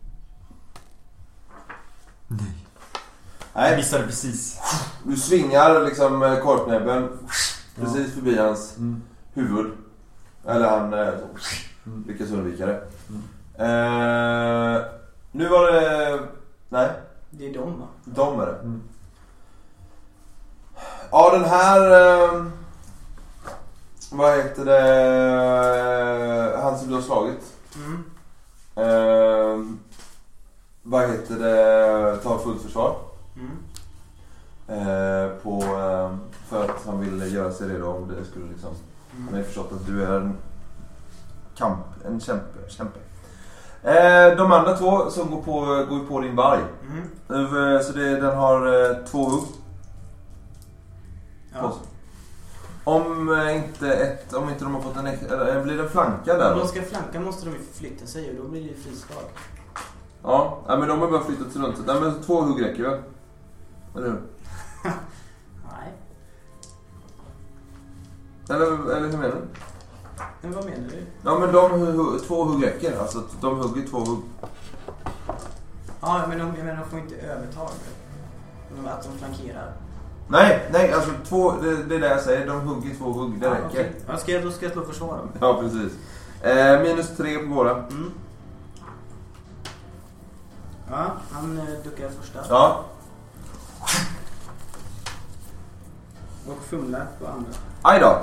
Nej. Nej. Jag missade precis. Du svingar liksom korpnäbben precis ja. förbi hans mm. huvud. Eller han mm. lyckas undvika det. Mm. Eh, nu var det... Nej. Det är de va? De är det. Mm. Ja, den här... Eh, vad heter det? Han som du har slagit. Mm. Eh, vad heter det? Ta fullt försvar. Mm. Eh, på, eh, för att han ville göra sig redo om det skulle liksom mm. han har förstått att du är en kamp, en kämpe, kämpe. Eh, de andra två som går på, går på din varg mm. eh, så det, den har eh, två hugg ja. om eh, inte ett om inte de har fått en eller blir den flankad där om då? de ska flanka måste de flytta sig och då blir det frislag. Ja, ja men de har bara flyttat sig runt. Nej, men två hugg räcker väl? Eller hur? Nej. Eller, eller hur menar du? Men vad menar du? Ja, men de två hugg räcker. Alltså, de hugger två hugg. Ja, men de, jag menar, de får inte övertag. De, att de flankerar. Nej, nej, alltså två, det, det är det jag säger. De hugger två hugg, det ja, räcker. Okay. Ja, ska jag, då ska jag slå försvara. Ja, precis. Eh, minus tre på båda. Mm. Ja, han eh, duckar första. Ja. Och fumlar på andra. Aj då.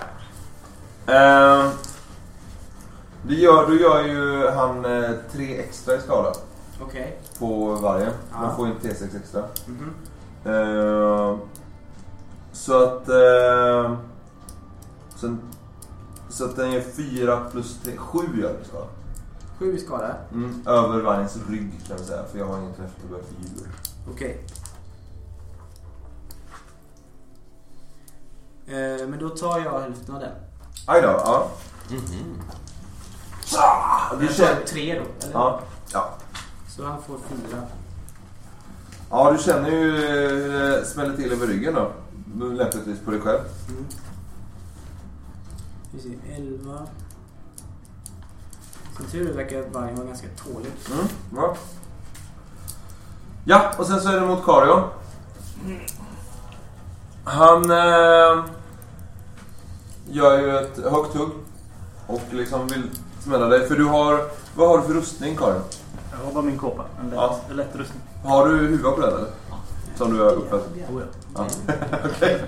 Eh, det gör, då gör ju han eh, tre extra i skala. Okej. Okay. På varje. Ja. Man får ju en T sex extra. Mm-hmm. Eh, så att... Eh, sen, så att den gör fyra plus tre. Sju gör det i skala. Sju i skala? Mm, över vargens rygg kan man säga. För jag har ingen träff på börja för djur. Okej. Okay. Eh, men då tar jag hälften av den. Aj då, ja. Mm-hmm. Ah, du känner... tre då, eller? Ja, ja. Så han får fyra. Ja, du känner ju hur det smäller till över ryggen då. Lämpligtvis på dig själv. Mm. Vi ser, elva. Som tur verkar vargen vara ganska tålig. Mm, ja. Ja, och sen så är det mot Karion. Han eh, gör ju ett högt hugg och liksom vill smälla dig. För du har, vad har du för rustning, Karion? Jag har bara min kåpa, en lätt, ja. en lätt rustning. Har du huvud på den eller? Som du har uppe? Oh, ja. Ja. Okej.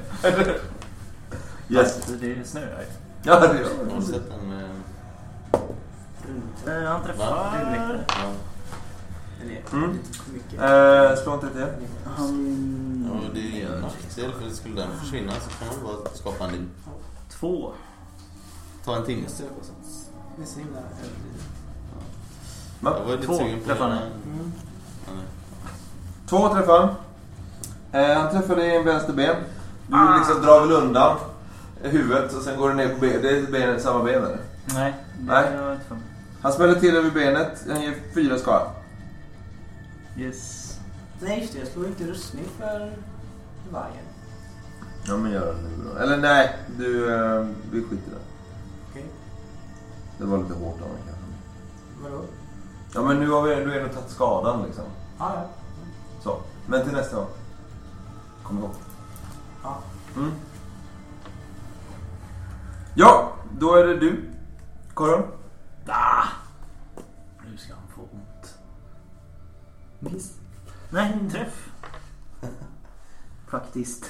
Yes. Det är snö här. Ja, det är jag. Har sett den med... Eh, han träffar... Ja. Mm. Eh, slå inte till. Han... Ja, det är ju en nackdel, för skulle den försvinna så kan man bara skapa en ny. Två. Ta en timme. Det är så himla överdrivet. Ja. Jag var lite Två sugen på träffar den. Mm. Ja, Två träffar. Eh, han träffade i en vänster ben. Du ah. liksom drar väl undan. huvudet och sen går det ner på benet. Det är benet, samma ben eller? Nej, det Nej. är jag inte för. Han smäller till över benet. Han ger fyra skada. Yes. Nej just det, jag slår inte rustning för vargen. Ja men gör det nu då. Eller nej, du, äh, vi skiter i det. Okej. Det var lite hårt av mig kanske. Vadå? Ja men nu har vi du ändå tagit skadan liksom. Ah, ja. Så, men till nästa gång. Kom ihåg. Ja. Mm. Ja, då är det du. Koron. Ah! Nu ska han få ont. Miss. Nej, en träff. Faktiskt.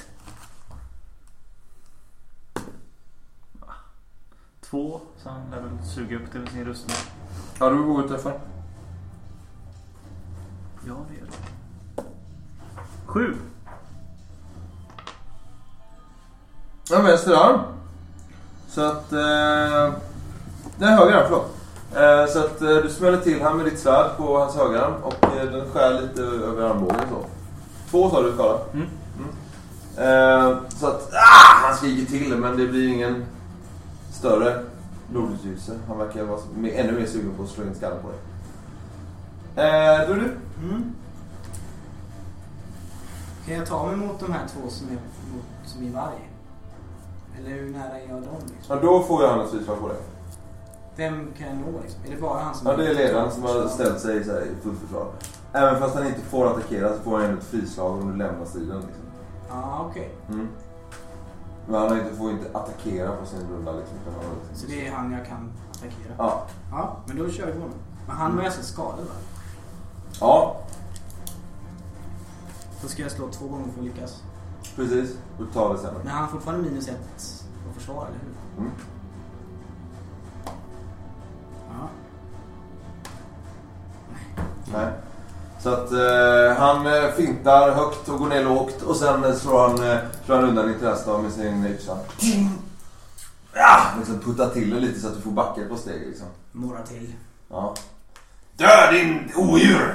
Två, så han lär väl suga upp det med sin rustning. Ja, du går och träffar. Ja, det gör det. Sju. Ja, vänster arm. Så att... Eh, det är höger arm, förlåt. Eh, så att eh, du smäller till han med ditt svärd på hans höger arm. Och eh, den skär lite över armbågen så. Två sa du skada. Mm. Mm. Eh, så att... Ah, han skriker till men det blir ingen större blodutgjutelse. Han verkar vara mer, ännu mer sugen på att slå in skallen på dig. Eh, då är du. Mm. Kan jag ta mig mot de här två som är, mot, som är varg? Eller hur nära är jag dem? Liksom? Ja, då får jag han ett frisvar på dig. Vem kan jag nå? Liksom? Är det bara han som... Ja, det är ledaren som har ställt sig så här, i fullt försvar. Även fast han inte får attackera så får han ett frislag om du lämnar striden. Liksom. Ja, ah, okej. Okay. Mm. Men han inte, får inte attackera på sin runda. Liksom, så det är han jag kan attackera? Ja. Ja, men då kör vi på honom. Men han var ganska skadad, va? Ja. Då ska jag slå två gånger för att lyckas. Precis, du tar det sen. Men han har fortfarande minus ett på försvar, eller hur? Mm. Ja. Nej. Så att eh, han eh, fintar högt och går ner lågt. Och sen eh, slår, han, eh, slår han undan ditt nästa med sin yxa. Ja, liksom puttar till det lite så att du får backa på steg liksom. Morra till. Ja. Dö din odjur!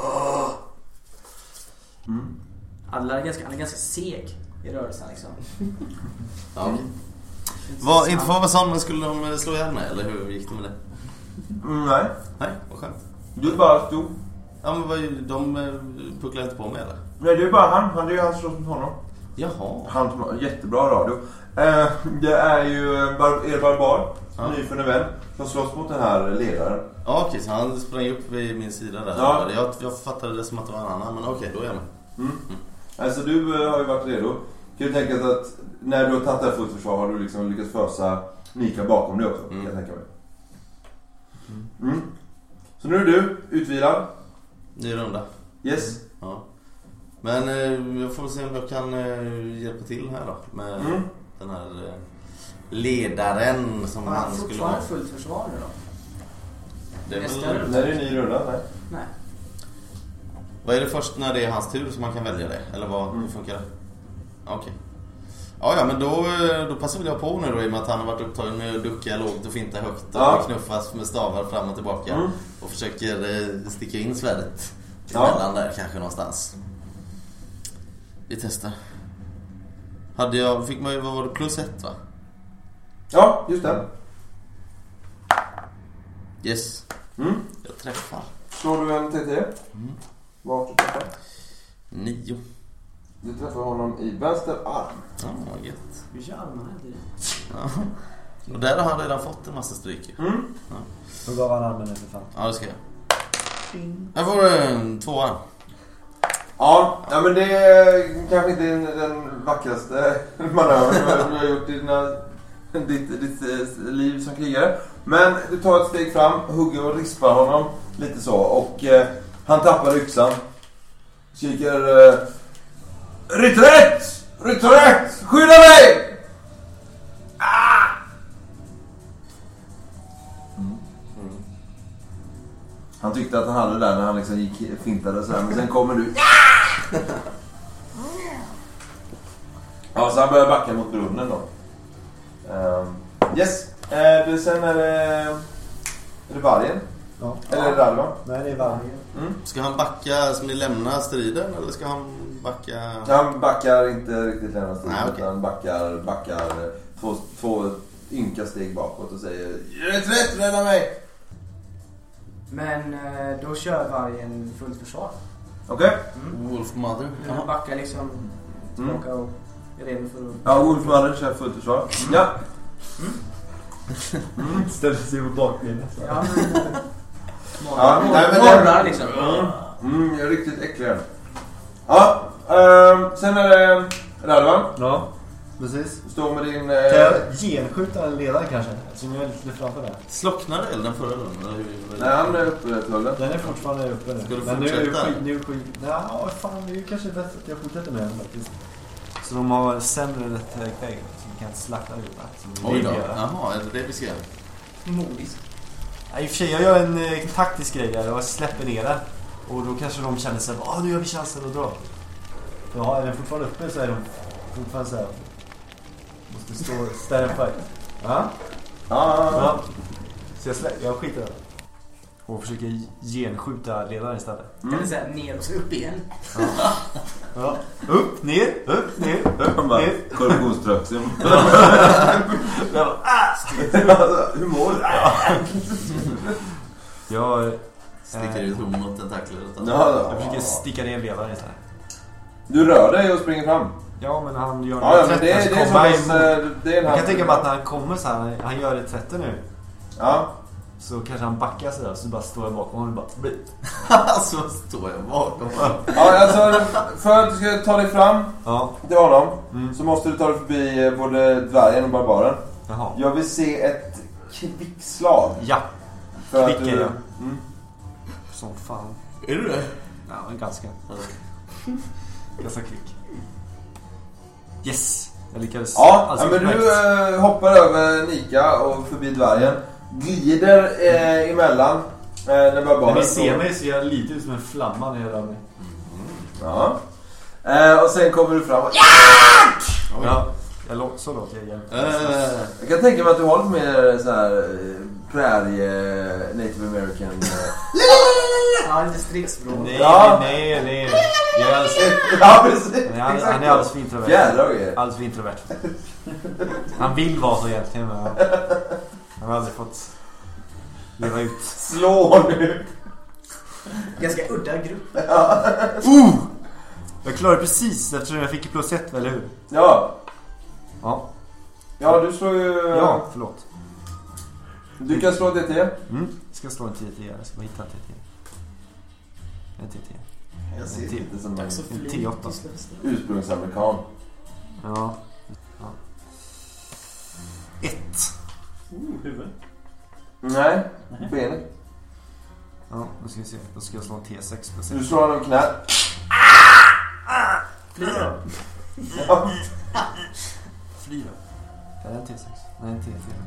Mm. Alla är ganska, alla är ganska seg i rörelsen liksom. Ja, okej. Var, inte för att vara sån, men skulle de slå ihjäl mig? Eller hur gick det med det? Mm, nej. Nej, vad skönt. Du bara stod. Ja, men vad, de pucklar inte på mig eller? Nej, det är bara han. Han är ju han som slåss mot honom. Jaha. Han som har jättebra radio. Eh, det är ju bar- er barbar, ja. Nyfunne vän, som slåss mot den här ledaren. Ja, okej, så han sprang upp vid min sida där. Ja. Jag, jag fattade det som att det var en annan, men okej, då är jag med. Mm. Mm. Alltså du uh, har ju varit redo. Kan du tänka dig att när du har tagit det här fotförsvar har du liksom lyckats fösa Mika bakom dig också, mm. kan jag tänka mig. Mm. Mm. Så nu är du utvilad. Ny runda. Yes. Ja. Men eh, jag får se om jag kan eh, hjälpa till här då med mm. den här eh, ledaren som han, han skulle ha. Han fullt försvar nu då? Det är väl... När det är ny runda, nej. Nej. Vad är det först när det är hans tur som man kan välja det? Eller vad, mm. hur funkar det? Okej. Okay. Ja, ja, men då, då passar väl jag på nu då i och med att han har varit upptagen med att ducka lågt och finta högt och ja. knuffas med stavar fram och tillbaka mm. och försöker eh, sticka in svärdet emellan ja. där kanske någonstans. Vi testar. Hade jag, fick man ju, vad var det, plus ett va? Ja, just det. Yes. Mm. Jag träffar. Slår du en T T? Mm. Vart du träffar? Nio. Du träffar honom i vänster arm. Ja, vad gött. Vi kör armarna till. Ja. Och där har han redan fått en massa stryk. Mm. Ja. Då gav han armen för fan. Ja, det ska jag. Jag får en tvåa. Ja, ja, men det är kanske inte den, den vackraste manövern du har gjort i dina, ditt, ditt liv som krigare. Men du tar ett steg fram, hugger och rispar honom lite så. Och eh, han tappar yxan. Skriker eh, Rytträtt! Rytträtt! Skydda mig! Ah! Mm. Mm. Han tyckte att han hade det där när han liksom gick fintade så här, men sen kommer du. Ja, så han börjar backa mot brunnen då. Um, yes. Uh, sen är det, är det vargen. Ja. Eller är det Radvan? Nej, det är vargen. Mm. Ska han backa som ni lämnar striden eller ska han backa? Han backar inte riktigt lämna striden. Nej, okay. Han backar, backar två, två ynka steg bakåt och säger reträtt, rädda mig! Men eh, då kör vargen fullt försvar. Okej. Okay. Mm. Wolf Mother. Den backar liksom tillbaka mm. och är redo för att... Ja, Wolf Mother kör fullt försvar. Mm. Ja. Mm. Mm. Ställer sig på bakbenen. Ja, men... ja, nej, men morrar liksom. Mm, mm, jag är riktigt äcklig. Ja, um, sen är det Radovan. Ja, precis. Står med din... Uh... Kan jag genskjuta en ledare kanske? Så nu är jag lite framför där. Slocknade elden förra runden? Nej, han är uppe ett håll. Den är fortfarande uppe nu. Ska du men nu är fortsätta? skit, nu är skit. Ja, fan, det är ju kanske bättre att jag fortsätter med den faktiskt. Så de har sämre rätt väg så vi kan slakta ut det. Oj då, jaha, är det det vi ska göra? Modiskt. Ja, i och för sig, jag gör en eh, taktisk grej där och jag släpper ner den. Och då kanske de känner sig, ah, nu gör vi chansen att dra. Ja, är den fortfarande uppe så är de fortfarande så här. Måste stå stand and fight. Ja? Ja. Ja. Så jag, slä- jag skiter där. Och försöker genskjuta ledaren istället. Mm. Kan du säga ner och så upp igen? Ja. Ja. Upp, ner, upp, ner, upp, ner. Korruptionströksel. Jag bara, ah! Hur mår du? Jag sticker ut hon mot tentakler. Jag försöker sticka ner ledaren istället. Du rör dig och springer fram. Ja, men han gör ja, det men det, det är så pass, det är en jag kan tänka mig att när han kommer så här, han gör det trettio nu. Ja. Så kanske han backar sig där, så bara står jag bakom honom och bara... så står jag bakom honom. Ja, alltså för att du ska ta dig fram ja. till honom mm. så måste du ta dig förbi både dvärgen och barbaren. Jaha. Jag vill se ett kvickslag. Ja, för kvick att du... är jag. Mm. Som fan. Är du det? Ja, en ganska. Ganska kvick. Yes, jag lyckades. Ja, alltså, ja men du äh, hoppar över Nika och förbi dvärgen. Glider äh, emellan äh, när barbaren... När ni ser mig så är jag lite ut som en flamma när jag rör mig. Ja. Äh, och sen kommer du fram och... Ja, jag låg så långt jag igen. Äh, jag kan tänka mig att du har lite mer så här prairie native american. Ja, lite stridsspråk. Nej, ja. nej, nej. Jag är alldeles... ja, precis. Han, han är alldeles för introvert. Jävlar, okay. Alldeles för introvert. Han vill vara så egentligen, men han har aldrig fått leva ut. Slå nu. Ganska udda grupp. Ja. Uh! Jag klarade precis eftersom jag fick plus ett, eller hur? Ja. Ja. Ja, du slår ju... Ja, förlåt. Du kan slå D T. Mm, jag ska slå en tio tio. Jag ska bara hitta en tio tio. En tio tio. Jag ser inte som en tio åtta. Ursprungsamerikan. Ja. Ja. Ett. Oh, huvud. Nej, benet. Ja, nu ska vi se. Då ska jag slå en T sex plus Du slår honom knät. Flyr. Ja. Flyr. Det är en T sex. Nej, en T fyra.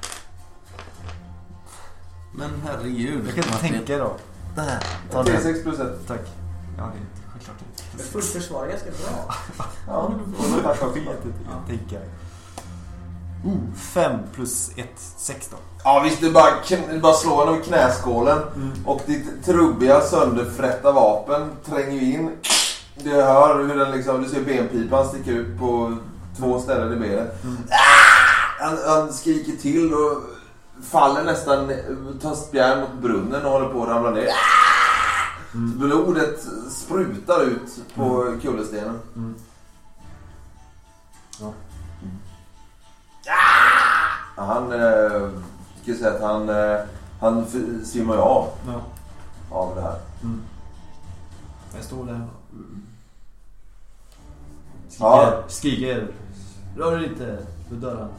Men herregud. Jag kan inte tänka då. Där. Ta T sex plus ett. Tack. Ja, det är självklart. Men fullt försvar är ganska bra. Ja, jag vet inte. Jag tänker. Oh, fem plus ett, sex då. Ja, visst, du bara, du bara slår honom i knäskålen. Mm. Och ditt trubbiga sönderfrätta vapen tränger in. Du hör hur den liksom, du ser benpipan sticker ut på två ställen i benet. Mm. Han, han skriker till och faller nästan, tar spjärn mot brunnen och håller på att ramla ner. Mm. Blodet sprutar ut på mm. kullerstenen. Mm. Ja. Mm. Ja, han eh, ska säga att han eh, han svimmar ju av ja. av det här. Mm. Jag står där. Mm. Skriker, ja. skriker. Rör dig inte, då dör han.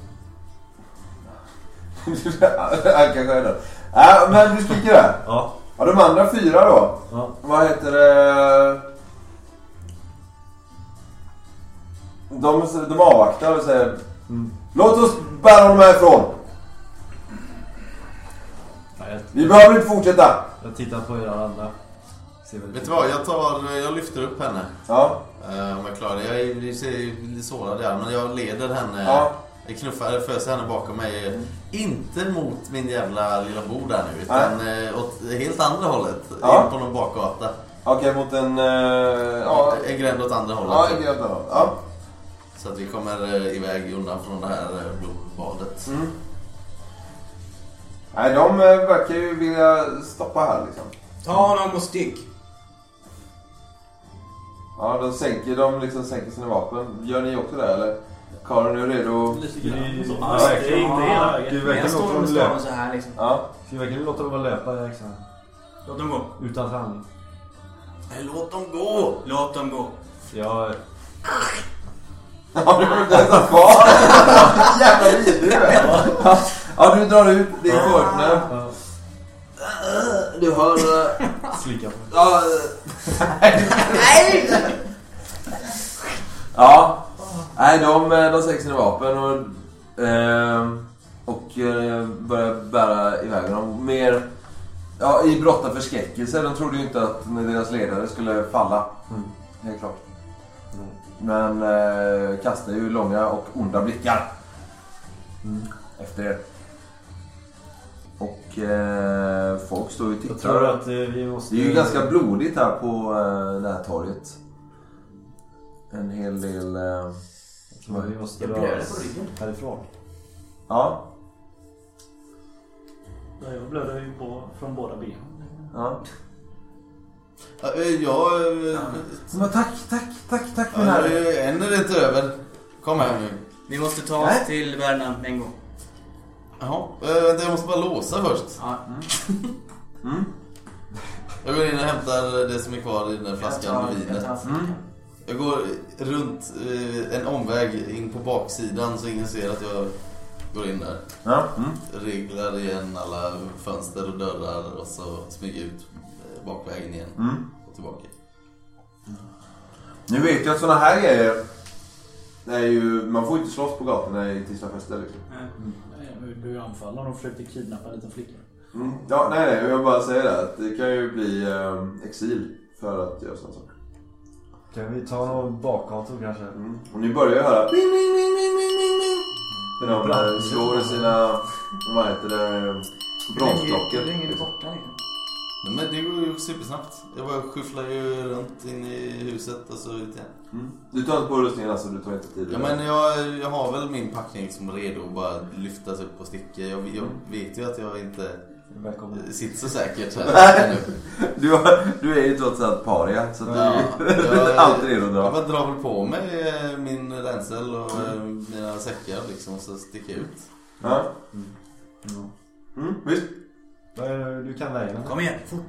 Han kanske är där. Ja, men du skriker där. Ja. Ja, de andra fyra då. Ja. Vad heter det? De, de avvaktar och säger mm. Låt oss bära honom härifrån. Nej, vi behöver inte fortsätta. Jag tittar på er andra. Vet du vad, jag tar, jag lyfter upp henne. Ja. Uh, om jag klarar det. Jag är lite sårad där, men jag leder henne. Ja. Jag knuffar föser henne bakom mig. Mm. Inte mot min jävla lilla bord där nu, utan uh, åt helt andra hållet. Ja. In på någon bakgata. Okej, okay, mot en... Uh, ja. En gränd åt andra hållet. Ja, en gränd åt andra hållet. Ja. Så att vi kommer iväg undan från det här blodbadet. Mm. Nej, de verkar ju vilja stoppa här liksom. Ta honom och stick. Ja, då sänker de liksom sänker sina vapen. Gör ni också det eller? Karin är redo? Lite grann så. Ja, Ja, det är inte hela Du vägen. verkar Jag står låta och dem står löpa. så här liksom. Ja. Ska vi verkligen låta dem bara löpa liksom, Låt dem gå. utan träning? Nej, låt dem gå! Låt dem gå. Ja, Ja, du är nästan kvar. Jävla vidrig du är. Ja, du drar ut din partner. ja. Du har... Slicka på. Ja. Nej! Ja. Nej, de, de sänker sina vapen och, eh, och eh, börjar bära iväg dem. Mer ja, i brotta förskräckelse. De trodde ju inte att deras ledare skulle falla. Mm. Helt klart. Mm. Men eh, kastar ju långa och onda blickar Mm. efter er. Och eh, folk står ju och Jag tittar. tror att eh, vi måste... Det är ju ganska blodigt här på eh, det här torget. En hel del... Eh, Jag tror att vi måste Jag dra blöder oss på ryggen. härifrån. ja, Ja, jag blöder ju på, från båda benen. ja. Ja, jag... Men tack, tack, tack, tack Ja, min herre. en är det inte över. Kom här nu. Vi måste ta oss Nej. till Värnam en gång. Jaha, äh, vänta, jag måste bara låsa först. Ja. Mm. Jag går in och hämtar det som är kvar i den där flaskan med jag vinet. tar flaskan. Mm. Jag går runt eh, en omväg in på baksidan så ingen ser att jag går in där. Ja, mm. Reglar igen alla fönster och dörrar och så smyger ut eh, bakvägen igen Mm. och tillbaka. Nu vet jag att såna här grejer det är ju, man får inte slåss på gatorna i Tislafester liksom. Du blev ju anfallen och de försökte kidnappa en liten flicka. Mm. Ja, nej, nej, jag vill bara säga det att det kan ju bli eh, exil för att göra sådana saker. Kan vi ta någon bakkontor kanske? Mm. Och ni börjar ju höra bing, bing, bing, bing, bing, bing, bing. När de eh, slår i sina, vad heter det, bromsklockor. Du ringer borta liksom. Men det går ju supersnabbt. Jag bara skyfflar ju runt in i huset och så ut igen. Mm. Du tar inte på rustningen alltså, du tar inte tid. Ja, men jag, jag har väl min packning som redo att bara lyftas upp och sticka. Jag, jag vet ju att jag inte Välkommen. sitter så säkert här nu. Du, har, du är ju trots allt paria, så att Ja, du är jag- alltid redo att Jag dra. bara drar väl på mig eh, min ränsel och eh, mina säckar liksom, och så sticker jag ut. Ja, Mm. mm, visst. Vad är det du kan vägen? Kom igen, fort.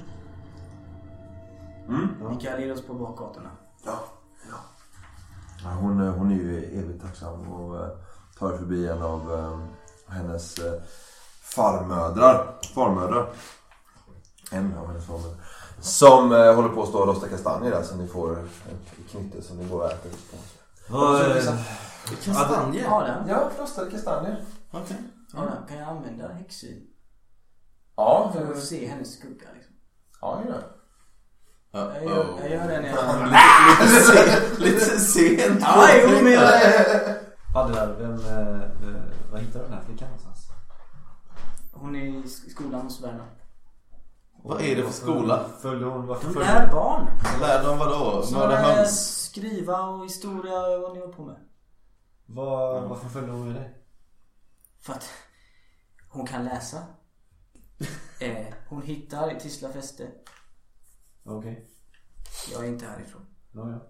Mm. Vi kan leda oss på bakgatorna. Ja, ja. Ja, hon, hon är ju evigt tacksam och uh, tar förbi en av uh, hennes uh, farmödrar. Farmödrar. En av hennes farmödrar. Som uh, håller på att stå och rosta kastanjer där, så ni får ett knytte som ni går och äter. Vad är Kastanjer? Ja, den. Ja, rostade kastanjer. Okej. Ja, den. Kan jag använda häxsyn? Ja, För du, att se hennes skugga liksom. ja, gör det. Ja, Jag gör, jag gör det när jag... lite, se, lite sent. Ja, jo, men jag... Ja, det där, vem, eh, eh, vad hittar du den här flickan någonstans? Hon är i skolan hos Värnam. Vad är det för skola? Följde hon, varför De följde är barn. Lärde de vadå? Så Mörda är höns? skriva och historia och vad ni håller på med. Vad, varför följde hon med dig? För att hon kan läsa. eh, hon hittar i Tislafäste. Okej. Jag är inte härifrån. Ja, ja.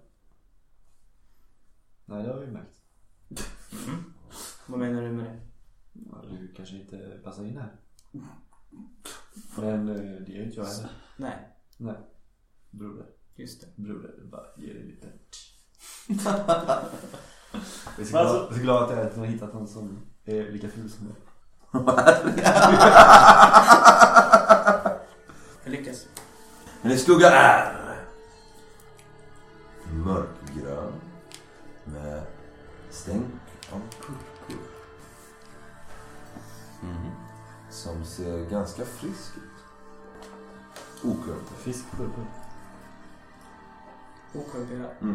Nej, det har vi märkt. Mm. Vad menar du med det? Ja, du kanske inte passar in här. Men eh, det gör inte jag heller. Nej, Nej. Broder. just det. Broder, bara ge dig lite. Jag är så Men glad, alltså- jag är så glad att jag har hittat någon som är lika ful som mig. Jag lyckas. Hennes skugga är mörkgrön med stänk av purpur. Mhm. Som ser ganska frisk ut. Okrumpad. Fiskpurpur. Okorrumperad. Mm.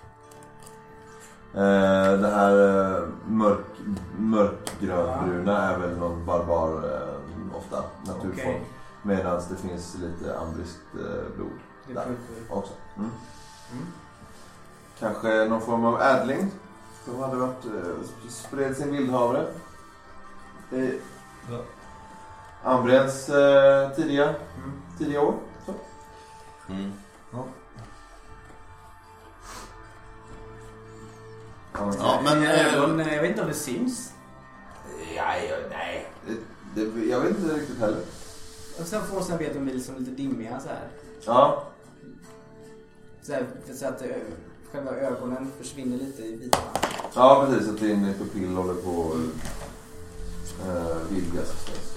Eh, det här eh, mörk, mörkgrönbruna är väl någon barbar eh, ofta naturform. Okej. Medan det finns lite ambriskt eh, blod Det är där purpur. också. Mm. Mm. Kanske någon form av ädling. De hade varit eh, spred sin vildhavre. I Ja. Ambrens eh, tidiga, mm. tidiga år. Så. Mm. Ja. Ja, men... Eh, Eh, de, jag vet inte om det syns. Ja, ja, nej. Det, det, jag vet inte riktigt heller. Och sen får sen vet de blir liksom lite dimmiga så här. Ja. Så, här, så att ö, själva ögonen försvinner lite i vita. Ja, precis. Att din pupill håller på att uh, vidgas.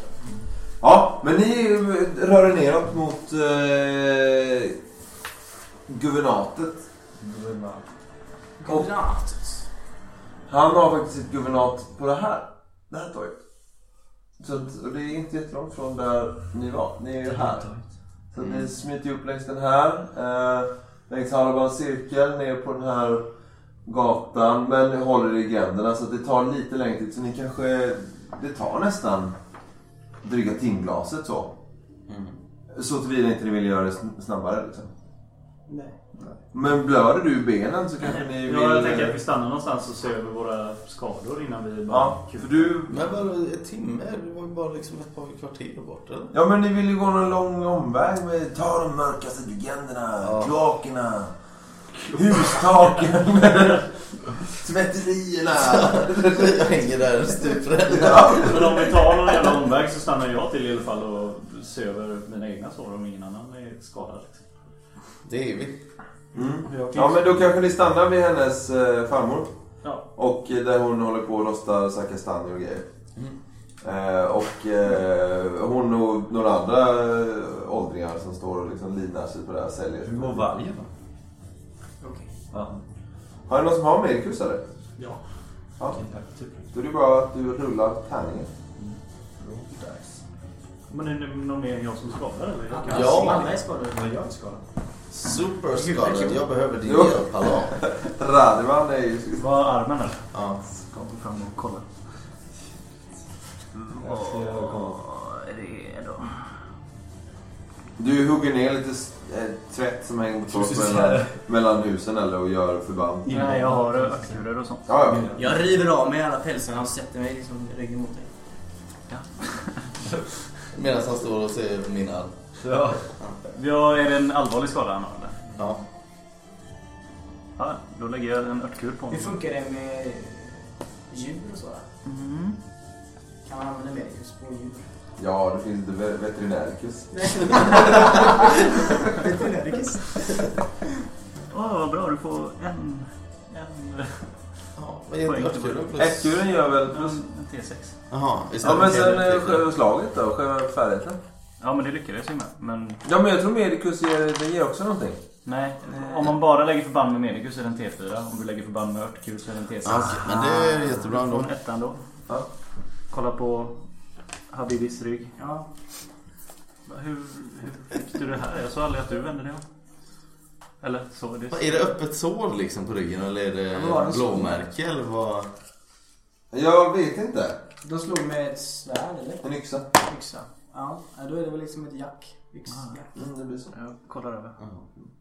Ja, men ni rör er neråt mot uh, guvernatet. Guvernat. Guvernatet. Han har faktiskt ett guvernat på det här. Det här torget. Så att, och det är inte jättelångt från där ni var. Ni är ju här. Så mm. ni smiter upp längs den här. Eh, längs halva cirkeln ner på den här gatan. Men ni håller i gränderna så att det tar lite längre tid. Så ni kanske... Det tar nästan dryga timglaset så. Mm. Så tillvida inte ni vill göra det snabbare liksom. Nej. Men blöder du benen så kanske ni vill... Ja, jag tänker att vi stannar någonstans och ser över våra skador innan vi bara... Ja, för du... Men bara ett timme, det var ju bara liksom ett par kvarter bort, eller? Ja, men ni vill ju gå någon lång omväg med... Ta de mörkaste legenderna, ja. Kloakerna, hustaken, tvätterierna. Jag hänger där och stuprädd. Ja. Men om vi tar någon jävla omväg så stannar jag till i alla fall och ser över mina egna sår om ingen annan är skadad. Det är vi. Mm. Ja, men då kanske ni stannar vid hennes eh, farmor. Ja. Och eh, där hon håller på att rosta kastanjer och grejer. Mm. Eh, och eh, hon och några andra eh, åldringar som står och liksom lidnar sig på det här säljer. Hur går vargen då? Okej. Ja. Har du någon som har medikus eller? Ja. Ja. Okej, tack. Typ. Då är det bara att du rullar tärningen. Roll dice. Men är det någon mer än jag som skadar eller? Jag kan... Ja. Alla är skadade. Men jag är inte skadad. Super skadad, jag behöver din Jo. hjälp, hallå. Radivan är ju... Var armen eller? Ja. Ska gå fram och kolla. Åh, är det då? Du hugger ner lite äh, tvätt som hänger på torp mellan, mellan husen eller och gör förband. Nej, jag har örtkurer och sånt. Ja, ja. Jag river av mig alla pälsarna och sätter mig liksom ryggen mot dig. Ja. Medan han står och ser min arm. Ja. Ja, är det en allvarlig skada han har eller? Ja. Ja, då lägger jag en örtkur på honom. Hur funkar det med djur och så? Mm. Kan man använda medikus på djur? Ja, det finns det veterinärkus. Veterinärkus. Åh, oh, vad bra. Du får en... en Ja, vad är det örtkuren plus? Ettkuren gör väl plus... en, en T sex. Jaha, Ja, men sen eh, själva slaget då, själva färdigheten. Ja, men det lyckades ju med. Men... Ja, men jag tror medikus ger, det ger också någonting. Nej, om man bara lägger förband med medikus är det en T fyra. Om du lägger förband med örtkur så är det en T sex. Ja, okay, men det är jättebra ändå. Från ettan då. Ja. Kolla på Habibis rygg. Ja. Hur, hur fick du det här? Jag sa aldrig att du vände dig om. Eller så är det. Är det öppet sår liksom på ryggen eller är det Ja, blåmärke eller vad? Jag vet inte. De slog med ett svärd eller? En yxa. Yxa. Ja, då är det väl liksom ett jack. Yxjack. Mm, det blir så. Jag kollar över. Mm.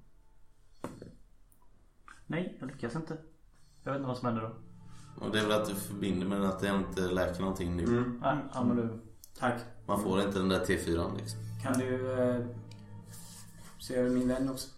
Nej, jag lyckas inte. Jag vet inte vad som händer då. Och det är väl att du förbinder med att det inte läker någonting nu. Mm. Nej, ja, men du... Tack. Man får inte den där T fyra liksom. Kan du eh, se över min vän också?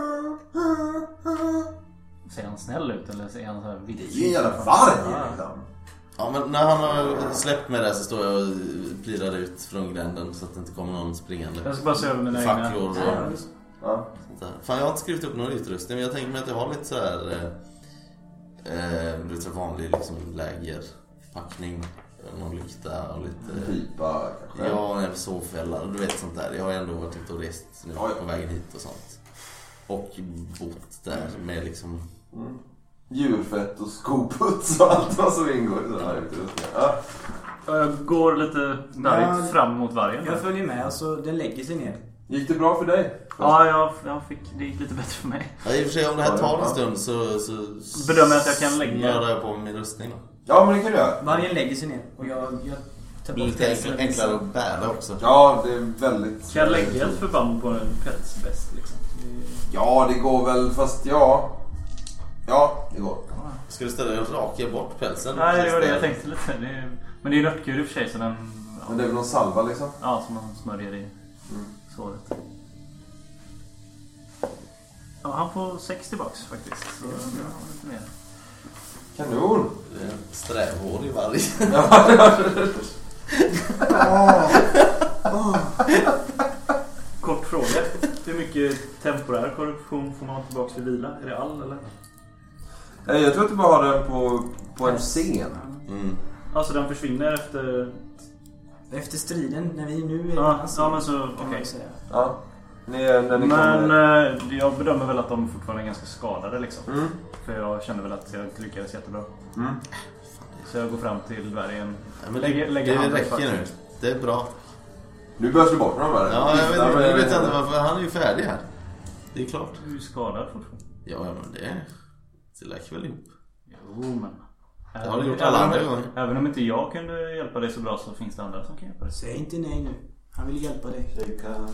Ser han snäll ut eller ser han så här Det är vitsig? ju en jävla varg liksom. Ja, men när han har släppt med det så står jag och plirar ut från gränden så att det inte kommer någon springande. Jag ska bara se över mina egna. Facklor och Ja. sånt där. Fan, jag har inte skrivit upp någon utrustning men jag tänker mig att jag har lite så här eh, eh, lite vanlig liksom lägerpackning. Någon lykta och lite... Pipa kanske. Ja, en sovfälla och du vet sånt där. Jag har ändå varit ute och rest nu Ja, ja. på vägen hit och sånt. Och bott där med liksom... Mm. Djurfett och skoputs och allt vad som ingår i den här utrustningen. Ja. Jag går lite darrigt Ja, fram mot vargen. Jag följer med, alltså den lägger sig ner. Gick det bra för dig? Ja, jag, jag fick, det gick lite bättre för mig. Ja, i och för sig om det här tar en stund så... så Bedömer jag att jag kan lägga- Smörar jag på min rustning då. Ja, men det kan du göra. Vargen lägger sig ner och jag, jag tar Det blir bort lite pälsen enklare, och visar. enklare att bära också. Ja, det är väldigt... Kan jag lägga ett förband på en pälsväst liksom? Det... Ja, det går väl, fast ja... Ja, det går. Ja. Ska du ställa raka bort pälsen? Nej, det var det jag tänkte lite. Det är, men det är nötkur i och för sig så den... Ja. Men det är väl någon salva liksom? Ja, som man smörjer i mm. såret. Ja, han får sex tillbaks faktiskt. Så mm. ja, lite mer. Kanon! Det är en strävhårig varg. Kort fråga. Hur mycket temporär korruption får man tillbaka vid vila? Är det all eller? Jag tror att du bara har den på, på en scen. Mm. Alltså den försvinner efter... Efter striden, när vi nu är ja, ja, men så okej. Okay. Ja. Ni, när ni men kommer... eh, jag bedömer väl att de fortfarande är ganska skadade liksom. Mm. För jag känner väl att jag inte lyckades jättebra. Mm. Så jag går fram till dvärgen. Ja, men lägger, lägger det räcker nu. Det är bra. Du bör slå bort dem där. Ja, jag vet, jag vet, jag vet inte varför. Han är ju färdig här. Det är klart. Du är skadad fortfarande. Ja, men det är... Det läker väl ihop. Jo, men... Det har du gjort alla andra gånger. Även om inte jag kunde hjälpa dig så bra så finns det andra som kan hjälpa dig. Säg inte nej nu. Han vill hjälpa dig. Det kan...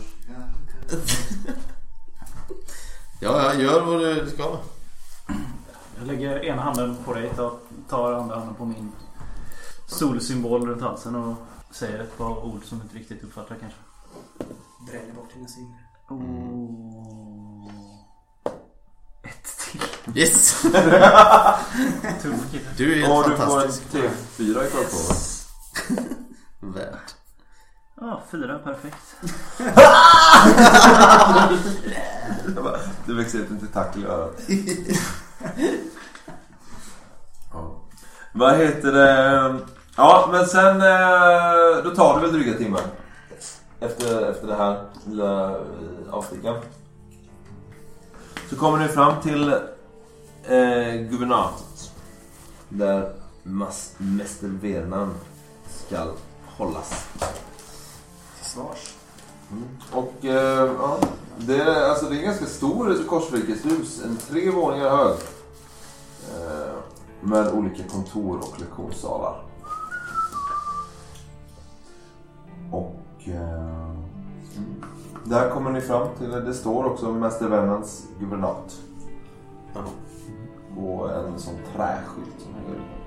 Ja, jag gör vad du ska. Jag lägger ena handen på dig, tar, tar andra handen på min solsymbol runt halsen och säger ett par ord som inte riktigt uppfattar kanske. Bränner bort dina sinnen. Oh. Ett till. Yes! Du är ja, helt fantastisk. Du får en T fyra i korruption. Värt. Ja, fyra, perfekt. Du växer ut en tentakel i örat. Ja. Vad heter det? Ja, men sen då tar det väl dryga timmar efter, efter det här lilla avstickan. Så kommer ni fram till eh, guvernatet där mas- mäster Vernan ska hållas. Svars. Mm. Och eh, ja, det är, alltså, det är en ganska stor korsrikeshus, en tre våningar hög eh, med olika kontor och lektionssalar. Och eh, mm. där kommer ni fram till, det står också mäster Vernans guvernat. Ja. Och en sån träskylt som hänger upp.